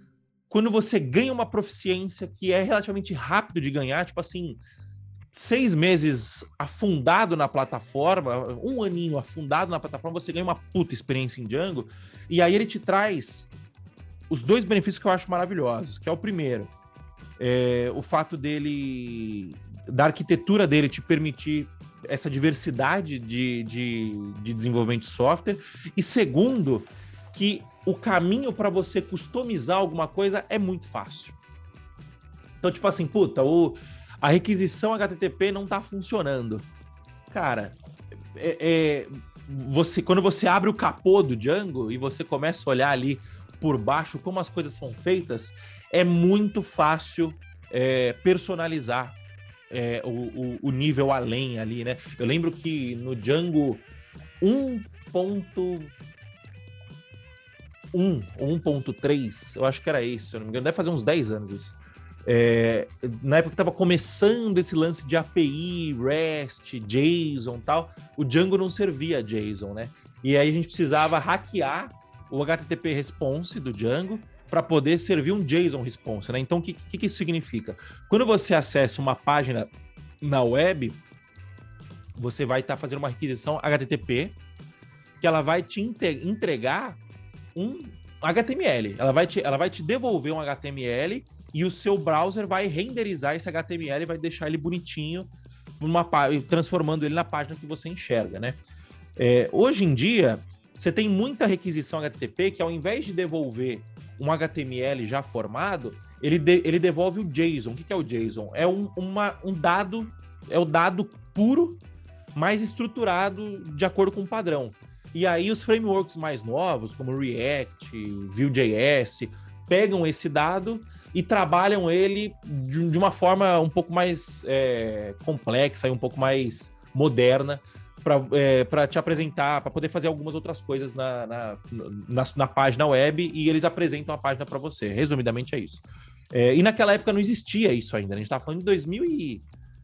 quando você ganha uma proficiência que é relativamente rápido de ganhar, tipo assim, seis meses afundado na plataforma, um aninho afundado na plataforma, você ganha uma puta experiência em Django, e aí ele te traz os dois benefícios que eu acho maravilhosos, que é o primeiro, é, o fato dele, da arquitetura dele te permitir essa diversidade de, de, de desenvolvimento de software, e segundo, que o caminho para você customizar alguma coisa é muito fácil. Então, tipo assim, puta, o, a requisição H T T P não tá funcionando. Cara, é, é, você, quando você abre o capô do Django e você começa a olhar ali por baixo como as coisas são feitas, é muito fácil é, personalizar é, o, o, o nível além ali, né? Eu lembro que no Django um ponto um ou um ponto três, eu acho que era isso, se eu não me engano, deve fazer uns dez anos isso. É, na época que estava começando esse lance de A P I, REST, JSON e tal, o Django não servia JSON, né? E aí a gente precisava hackear o H T T P Response do Django para poder servir um JSON Response, né? Então, o que, que, que isso significa? Quando você acessa uma página na web, você vai estar tá fazendo uma requisição H T T P, que ela vai te entregar um H T M L. Ela vai te, ela vai te devolver um H T M L e o seu browser vai renderizar esse H T M L e vai deixar ele bonitinho, numa, transformando ele na página que você enxerga, né? É, hoje em dia, você tem muita requisição H T T P que, ao invés de devolver um H T M L já formado, ele, de, ele devolve o JSON. O que, que é o JSON? É um, uma, um dado, é o dado puro, mais estruturado de acordo com o padrão. E aí os frameworks mais novos, como React, Vue.js, pegam esse dado e trabalham ele de, de uma forma um pouco mais é, complexa e um pouco mais moderna para é, te apresentar, para poder fazer algumas outras coisas na, na, na, na página web, e eles apresentam a página para você. Resumidamente é isso. É, e naquela época não existia isso ainda, né? A gente estava falando de dois mil e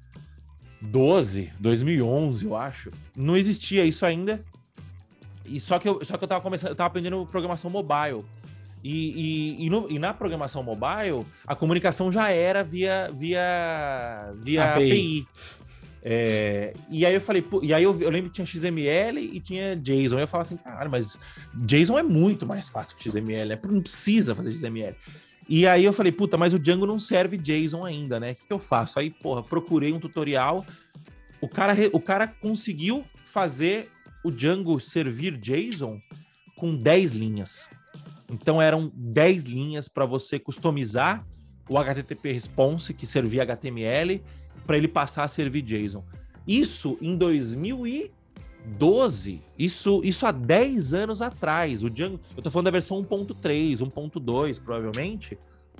doze, dois mil e onze, eu acho. Não existia isso ainda. E só que eu, só que eu tava começando, eu tava aprendendo programação mobile. E, e, e, no, e na programação mobile, a comunicação já era via, via, via A P I. A P I. É, e aí eu falei, e aí eu, eu lembro que tinha X M L e tinha JSON. E eu falava assim, cara, mas JSON é muito mais fácil que X M L, né? Não precisa fazer X M L. E aí eu falei, puta, mas o Django não serve JSON ainda, né? O que, que eu faço? Aí, porra, procurei um tutorial. O cara, o cara conseguiu fazer o Django servir JSON com dez linhas. Então eram dez linhas para você customizar o H T T P Response, que servia H T M L, para ele passar a servir JSON. Isso em dois mil e doze, isso, isso há dez anos atrás. O Django, eu tô falando da versão um ponto três, um ponto dois, provavelmente.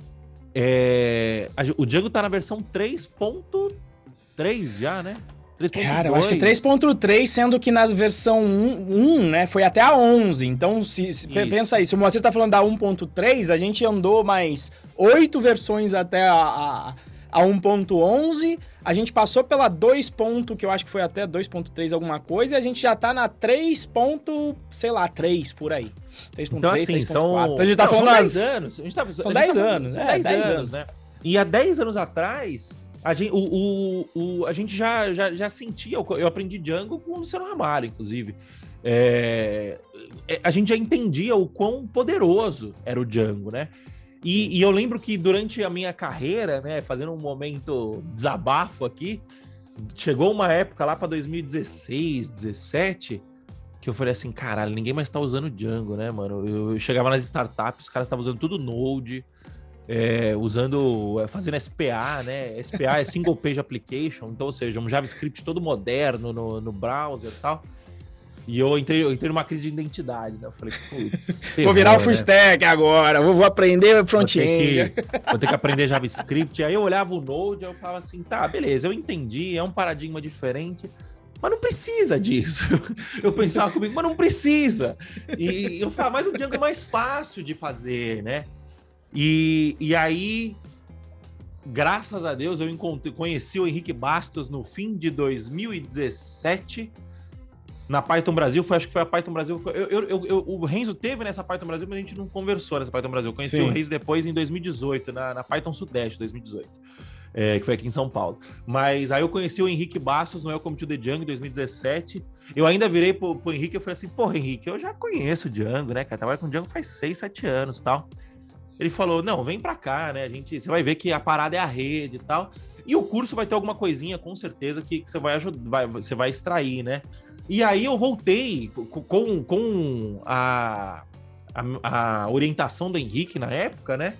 É, o Django tá na versão três ponto três já, né? três ponto dois. Cara, eu acho que três ponto três, sendo que na versão um, né, foi até a onze. Então, se, se pensa aí, se o Moacir tá falando da um ponto três, a gente andou mais oito versões até a, a, a um ponto onze, a gente passou pela dois. Que eu acho que foi até dois ponto três alguma coisa, e a gente já tá na três. Sei lá, três por aí. três ponto três, então, assim, três ponto quatro. são... Então, a gente tá Não, falando são as... dez anos. A gente tá, são a dez gente tá anos, falando, é, dez dez anos, anos, né? E há dez anos atrás, a gente, o, o, o, a gente já, já, já sentia, eu aprendi Django com o Luciano Ramalho, inclusive. É, a gente já entendia o quão poderoso era o Django, né? E, e eu lembro que durante a minha carreira, né, fazendo um momento desabafo aqui, chegou uma época lá para dois mil e dezesseis, dezessete, que eu falei assim, caralho, ninguém mais tá usando Django, né, mano? Eu, eu chegava nas startups, os caras estavam usando tudo Node, é, usando, fazendo S P A, né? S P A é Single Page Application, então, ou seja, um JavaScript todo moderno no, no browser e tal. E eu entrei, eu entrei numa crise de identidade, né? Eu falei, putz, vou virar o full stack agora, vou, vou aprender front-end. Vou, vou ter que aprender JavaScript. Aí eu olhava o Node e eu falava assim, tá, beleza, eu entendi, é um paradigma diferente, mas não precisa disso. Eu pensava comigo, mas não precisa. E eu falava, mas o Django é mais fácil de fazer, né? E, e aí, graças a Deus, eu encontrei, conheci o Henrique Bastos no fim de dois mil e dezessete, na Python Brasil, foi, acho que foi a Python Brasil. Eu, eu, eu, eu, o Renzo teve nessa Python Brasil, mas a gente não conversou nessa Python Brasil. Eu conheci Sim. o Renzo depois em dois mil e dezoito, na, na Python Sudeste dois mil e dezoito, é, que foi aqui em São Paulo. Mas aí eu conheci o Henrique Bastos no Welcome to the Django em dois mil e dezessete. Eu ainda virei pro, pro Henrique e falei assim, porra, Henrique, eu já conheço o Django, né, cara? Trabalho com o Django faz seis, sete anos e tal. Ele falou, não, vem pra cá, né? A gente, você vai ver que a parada é a rede e tal. E o curso vai ter alguma coisinha, com certeza, que, que você vai ajudar, vai, você vai extrair, né? E aí eu voltei com, com a, a, a orientação do Henrique na época, né?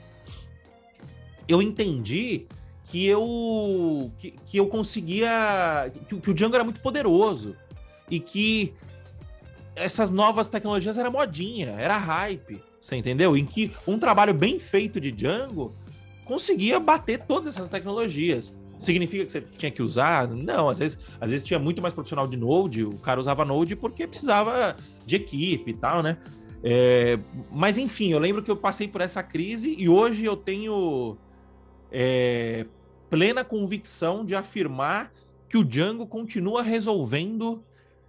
Eu entendi que eu, que, que eu conseguia... Que, que o Django era muito poderoso. E que essas novas tecnologias era modinha, era hype, você entendeu? Em que um trabalho bem feito de Django conseguia bater todas essas tecnologias. Significa que você tinha que usar? Não, às vezes, às vezes tinha muito mais profissional de Node, o cara usava Node porque precisava de equipe e tal, né? É, mas enfim, eu lembro que eu passei por essa crise e hoje eu tenho é, plena convicção de afirmar que o Django continua resolvendo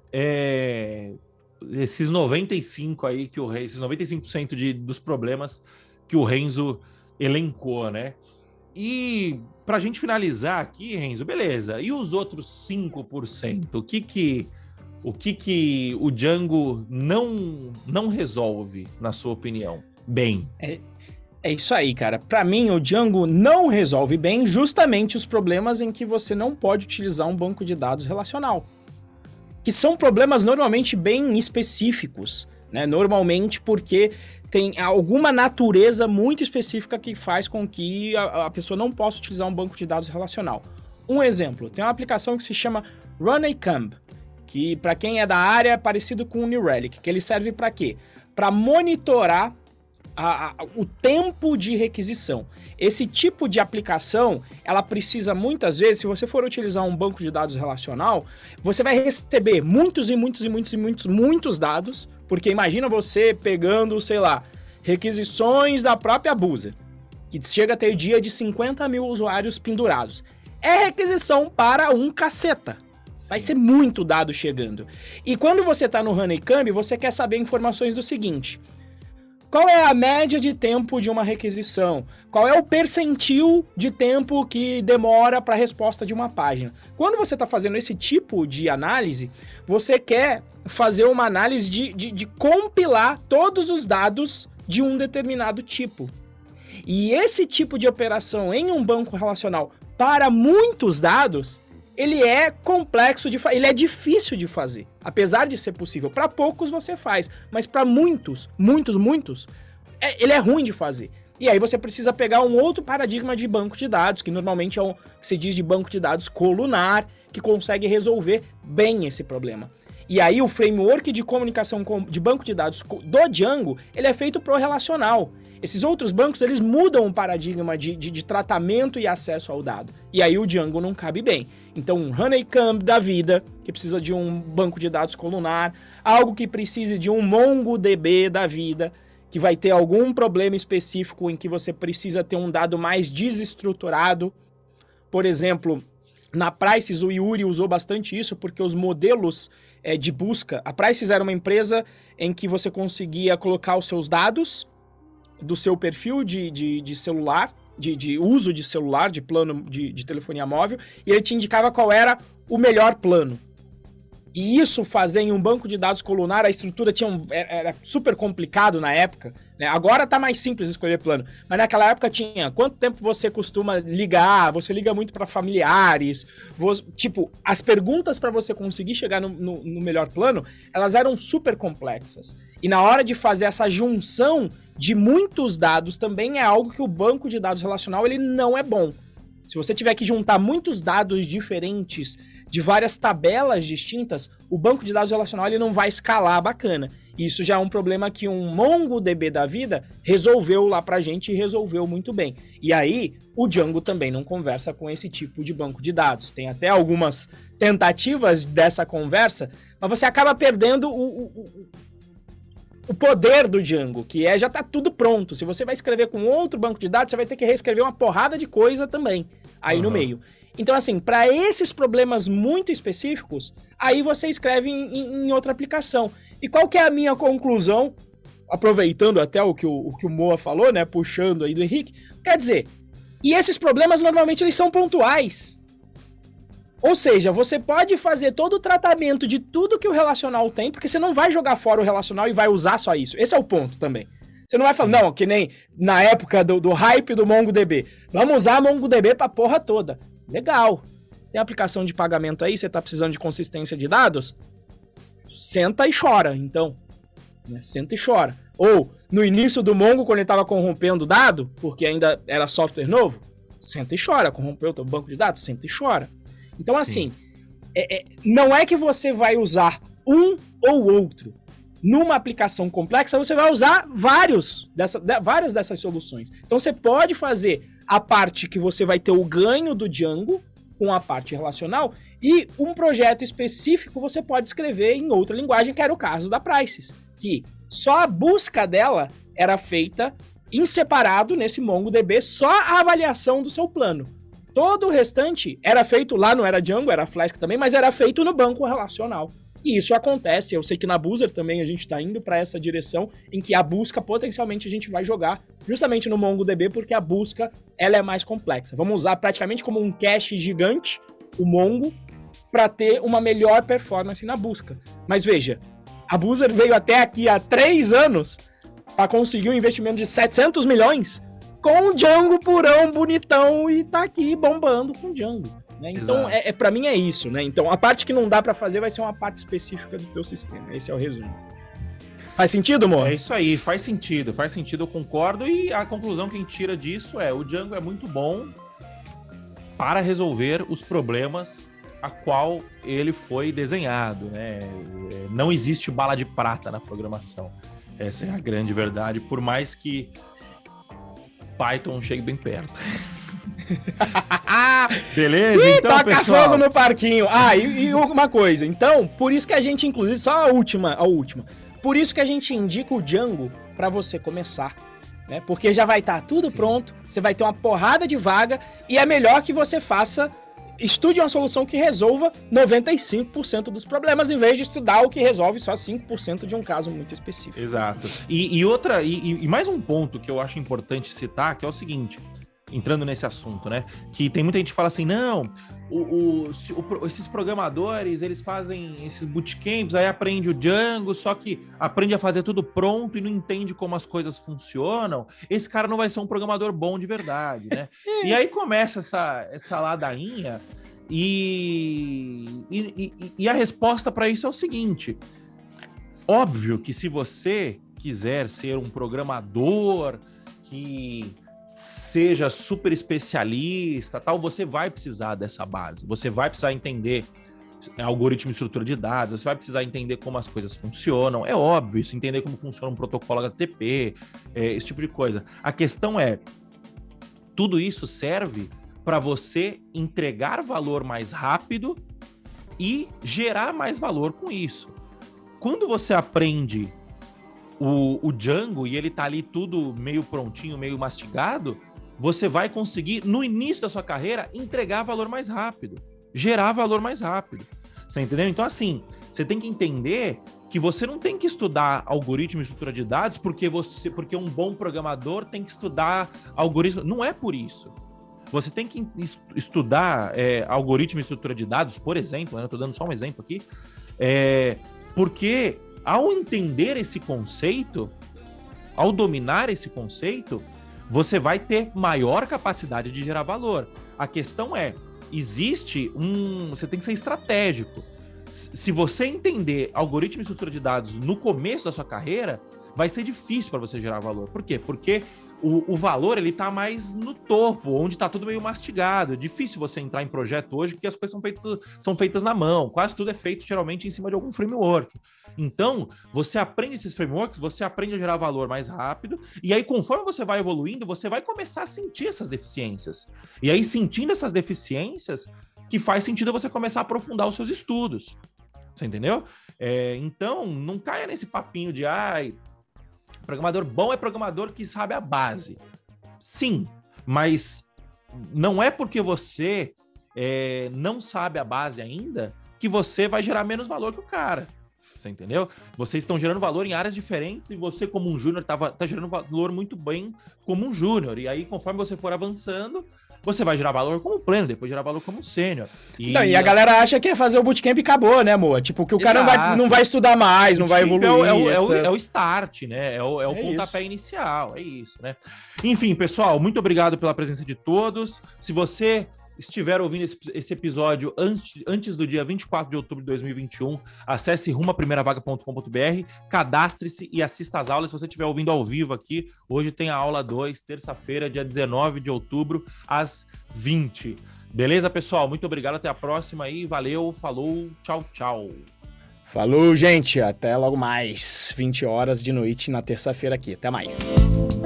é, esses noventa e cinco por cento aí que o esses noventa e cinco por cento de, dos problemas que o Renzo elencou, né? E pra gente finalizar aqui, Renzo, beleza. E os outros cinco por cento? O que que o, que que o Django não, não resolve, na sua opinião? Bem. É, é isso aí, cara. Pra mim, o Django não resolve bem justamente os problemas em que você não pode utilizar um banco de dados relacional. Que são problemas normalmente bem específicos, né? Normalmente porque tem alguma natureza muito específica que faz com que a, a pessoa não possa utilizar um banco de dados relacional. Um exemplo, tem uma aplicação que se chama RunACamb, que para quem é da área é parecido com o New Relic, que ele serve para quê? Para monitorar a, a, o tempo de requisição. Esse tipo de aplicação, ela precisa muitas vezes, se você for utilizar um banco de dados relacional, você vai receber muitos e muitos e muitos e muitos, muitos dados, porque imagina você pegando, sei lá, requisições da própria Buser, que chega a ter dia de cinquenta mil usuários pendurados. É requisição para um caceta. Sim. Vai ser muito dado chegando. E quando você está no RunACamb, você quer saber informações do seguinte: qual é a média de tempo de uma requisição? Qual é o percentil de tempo que demora para a resposta de uma página? Quando você está fazendo esse tipo de análise, você quer fazer uma análise de, de, de compilar todos os dados de um determinado tipo. E esse tipo de operação em um banco relacional para muitos dados, ele é complexo de fazer, ele é difícil de fazer. Apesar de ser possível, para poucos você faz, mas para muitos, muitos, muitos, é, ele é ruim de fazer. E aí você precisa pegar um outro paradigma de banco de dados, que normalmente é um, se diz de banco de dados colunar, que consegue resolver bem esse problema. E aí o framework de comunicação de banco de dados do Django, ele é feito pro relacional. Esses outros bancos, eles mudam o paradigma de, de, de tratamento e acesso ao dado. E aí o Django não cabe bem. Então um RunACamb da vida, que precisa de um banco de dados colunar, algo que precise de um MongoDB da vida, que vai ter algum problema específico em que você precisa ter um dado mais desestruturado. Por exemplo, na Prices, o Yuri usou bastante isso, porque os modelos é, de busca... A Prices era uma empresa em que você conseguia colocar os seus dados do seu perfil de, de, de celular, de, de uso de celular, de plano de, de telefonia móvel, e ele te indicava qual era o melhor plano. E isso fazer em um banco de dados colunar, a estrutura tinha um, era super complicado na época, né? Agora tá mais simples escolher plano, mas naquela época tinha quanto tempo você costuma ligar, você liga muito para familiares, você, tipo, as perguntas para você conseguir chegar no, no, no melhor plano, elas eram super complexas. E na hora de fazer essa junção de muitos dados também é algo que o banco de dados relacional ele não é bom. Se você tiver que juntar muitos dados diferentes de várias tabelas distintas, o banco de dados relacional ele não vai escalar bacana. Isso já é um problema que um MongoDB da vida resolveu lá pra gente e resolveu muito bem. E aí, o Django também não conversa com esse tipo de banco de dados. Tem até algumas tentativas dessa conversa, mas você acaba perdendo o, o, o poder do Django, que é já tá tudo pronto. Se você vai escrever com outro banco de dados, você vai ter que reescrever uma porrada de coisa também aí uhum. no meio. Então, assim, para esses problemas muito específicos, aí você escreve em, em outra aplicação. E qual que é a minha conclusão, aproveitando até o que o, o que o Moa falou, né, puxando aí do Henrique, quer dizer, e esses problemas normalmente eles são pontuais. Ou seja, você pode fazer todo o tratamento de tudo que o relacional tem, porque você não vai jogar fora o relacional e vai usar só isso. Esse é o ponto também. Você não vai falar, não, que nem na época do, do hype do MongoDB. Vamos usar MongoDB pra porra toda. Legal. Tem aplicação de pagamento aí, você tá precisando de consistência de dados? Senta e chora, então. Né? Senta e chora. Ou, no início do Mongo, quando ele tava corrompendo dado, porque ainda era software novo, senta e chora. Corrompeu o teu banco de dados? Senta e chora. Então, assim, é, é, não é que você vai usar um ou outro. Numa aplicação complexa, você vai usar vários dessa, de, várias dessas soluções. Então, você pode fazer a parte que você vai ter o ganho do Django com a parte relacional e um projeto específico você pode escrever em outra linguagem, que era o caso da Prices, que só a busca dela era feita em separado nesse MongoDB, só a avaliação do seu plano. Todo o restante era feito, lá não era Django, era Flask também, mas era feito no banco relacional. E isso acontece, eu sei que na Boozer também a gente está indo para essa direção, em que a busca potencialmente a gente vai jogar justamente no MongoDB, porque a busca ela é mais complexa. Vamos usar praticamente como um cache gigante, o Mongo, para ter uma melhor performance na busca. Mas veja, a Boozer veio até aqui há três anos para conseguir um investimento de setecentos milhões com o Django purão, bonitão, e tá aqui bombando com o Django. Né? Então, é, é, para mim é isso, né? Então, a parte que não dá para fazer vai ser uma parte específica do teu sistema. Esse é o resumo. Faz sentido, amor? É isso aí, faz sentido, faz sentido, eu concordo. E a conclusão que a gente tira disso é: o Django é muito bom para resolver os problemas a qual ele foi desenhado, né? Não existe bala de prata na programação. Essa é a grande verdade, por mais que Python chegue bem perto. Beleza? Ih, então, toca pessoal... fogo no parquinho. Ah, e, e uma coisa. Então, por isso que a gente, inclusive, só a última, a última. Por isso que a gente indica o Django para você começar, né? Porque já vai estar tá tudo Sim. pronto, você vai ter uma porrada de vaga e é melhor que você faça, estude uma solução que resolva noventa e cinco por cento dos problemas, em vez de estudar o que resolve só cinco por cento de um caso muito específico. Exato. E, e outra, e, e mais um ponto que eu acho importante citar, que é o seguinte, entrando nesse assunto, né? Que tem muita gente que fala assim, não, o, o, o, esses programadores, eles fazem esses bootcamps, aí aprende o Django, só que aprende a fazer tudo pronto e não entende como as coisas funcionam. Esse cara não vai ser um programador bom de verdade, né? E aí começa essa, essa ladainha e, e, e, e a resposta para isso é o seguinte: óbvio que se você quiser ser um programador que seja super especialista, tal, você vai precisar dessa base, você vai precisar entender algoritmo e estrutura de dados, você vai precisar entender como as coisas funcionam, é óbvio isso, entender como funciona um protocolo H T T P, é, esse tipo de coisa. A questão é, tudo isso serve para você entregar valor mais rápido e gerar mais valor com isso. Quando você aprende O, o Django e ele tá ali tudo meio prontinho, meio mastigado, você vai conseguir, no início da sua carreira, entregar valor mais rápido, gerar valor mais rápido. Você entendeu? Então, assim, você tem que entender que você não tem que estudar algoritmo e estrutura de dados porque, você, porque um bom programador tem que estudar algoritmo. Não é por isso. Você tem que estudar é, algoritmo e estrutura de dados, por exemplo, né? Eu tô dando só um exemplo aqui, é, porque ao entender esse conceito, ao dominar esse conceito, você vai ter maior capacidade de gerar valor. A questão é, existe um... Você tem que ser estratégico. Se você entender algoritmo e estrutura de dados no começo da sua carreira, vai ser difícil para você gerar valor. Por quê? Porque o, o valor ele tá mais no topo, onde tá tudo meio mastigado. É difícil você entrar em projeto hoje, porque as coisas são feitas, são feitas na mão. Quase tudo é feito, geralmente, em cima de algum framework. Então, você aprende esses frameworks, você aprende a gerar valor mais rápido, e aí, conforme você vai evoluindo, você vai começar a sentir essas deficiências. E aí, sentindo essas deficiências, que faz sentido você começar a aprofundar os seus estudos. Você entendeu? É, então, não caia nesse papinho de, ai, programador bom é programador que sabe a base. Sim, mas não é porque você é, não sabe a base ainda, que você vai gerar menos valor que o cara. Você entendeu? Vocês estão gerando valor em áreas diferentes e você, como um júnior, tá, tá gerando valor muito bem como um júnior. E aí, conforme você for avançando, você vai gerar valor como pleno, depois gerar valor como sênior. E... Não, e a galera acha que é fazer o bootcamp e acabou, né, amor? Tipo, que o Exato. cara não vai, não vai estudar mais, não vai evoluir. É o, é, o, é, o, é o start, né? É o, é o é pontapé isso. inicial, é isso, né? Enfim, pessoal, muito obrigado pela presença de todos. Se você estiver ouvindo esse, esse episódio antes, antes do dia vinte e quatro de outubro de dois mil e vinte e um, acesse rumo a primeira vaga ponto com ponto b r, cadastre-se e assista às aulas. Se você estiver ouvindo ao vivo aqui, hoje tem a aula dois, terça-feira, dia dezenove de outubro, às vinte. Beleza, pessoal? Muito obrigado, até a próxima aí, valeu, falou, tchau, tchau. Falou, gente, até logo mais, vinte horas de noite na terça-feira aqui, até mais.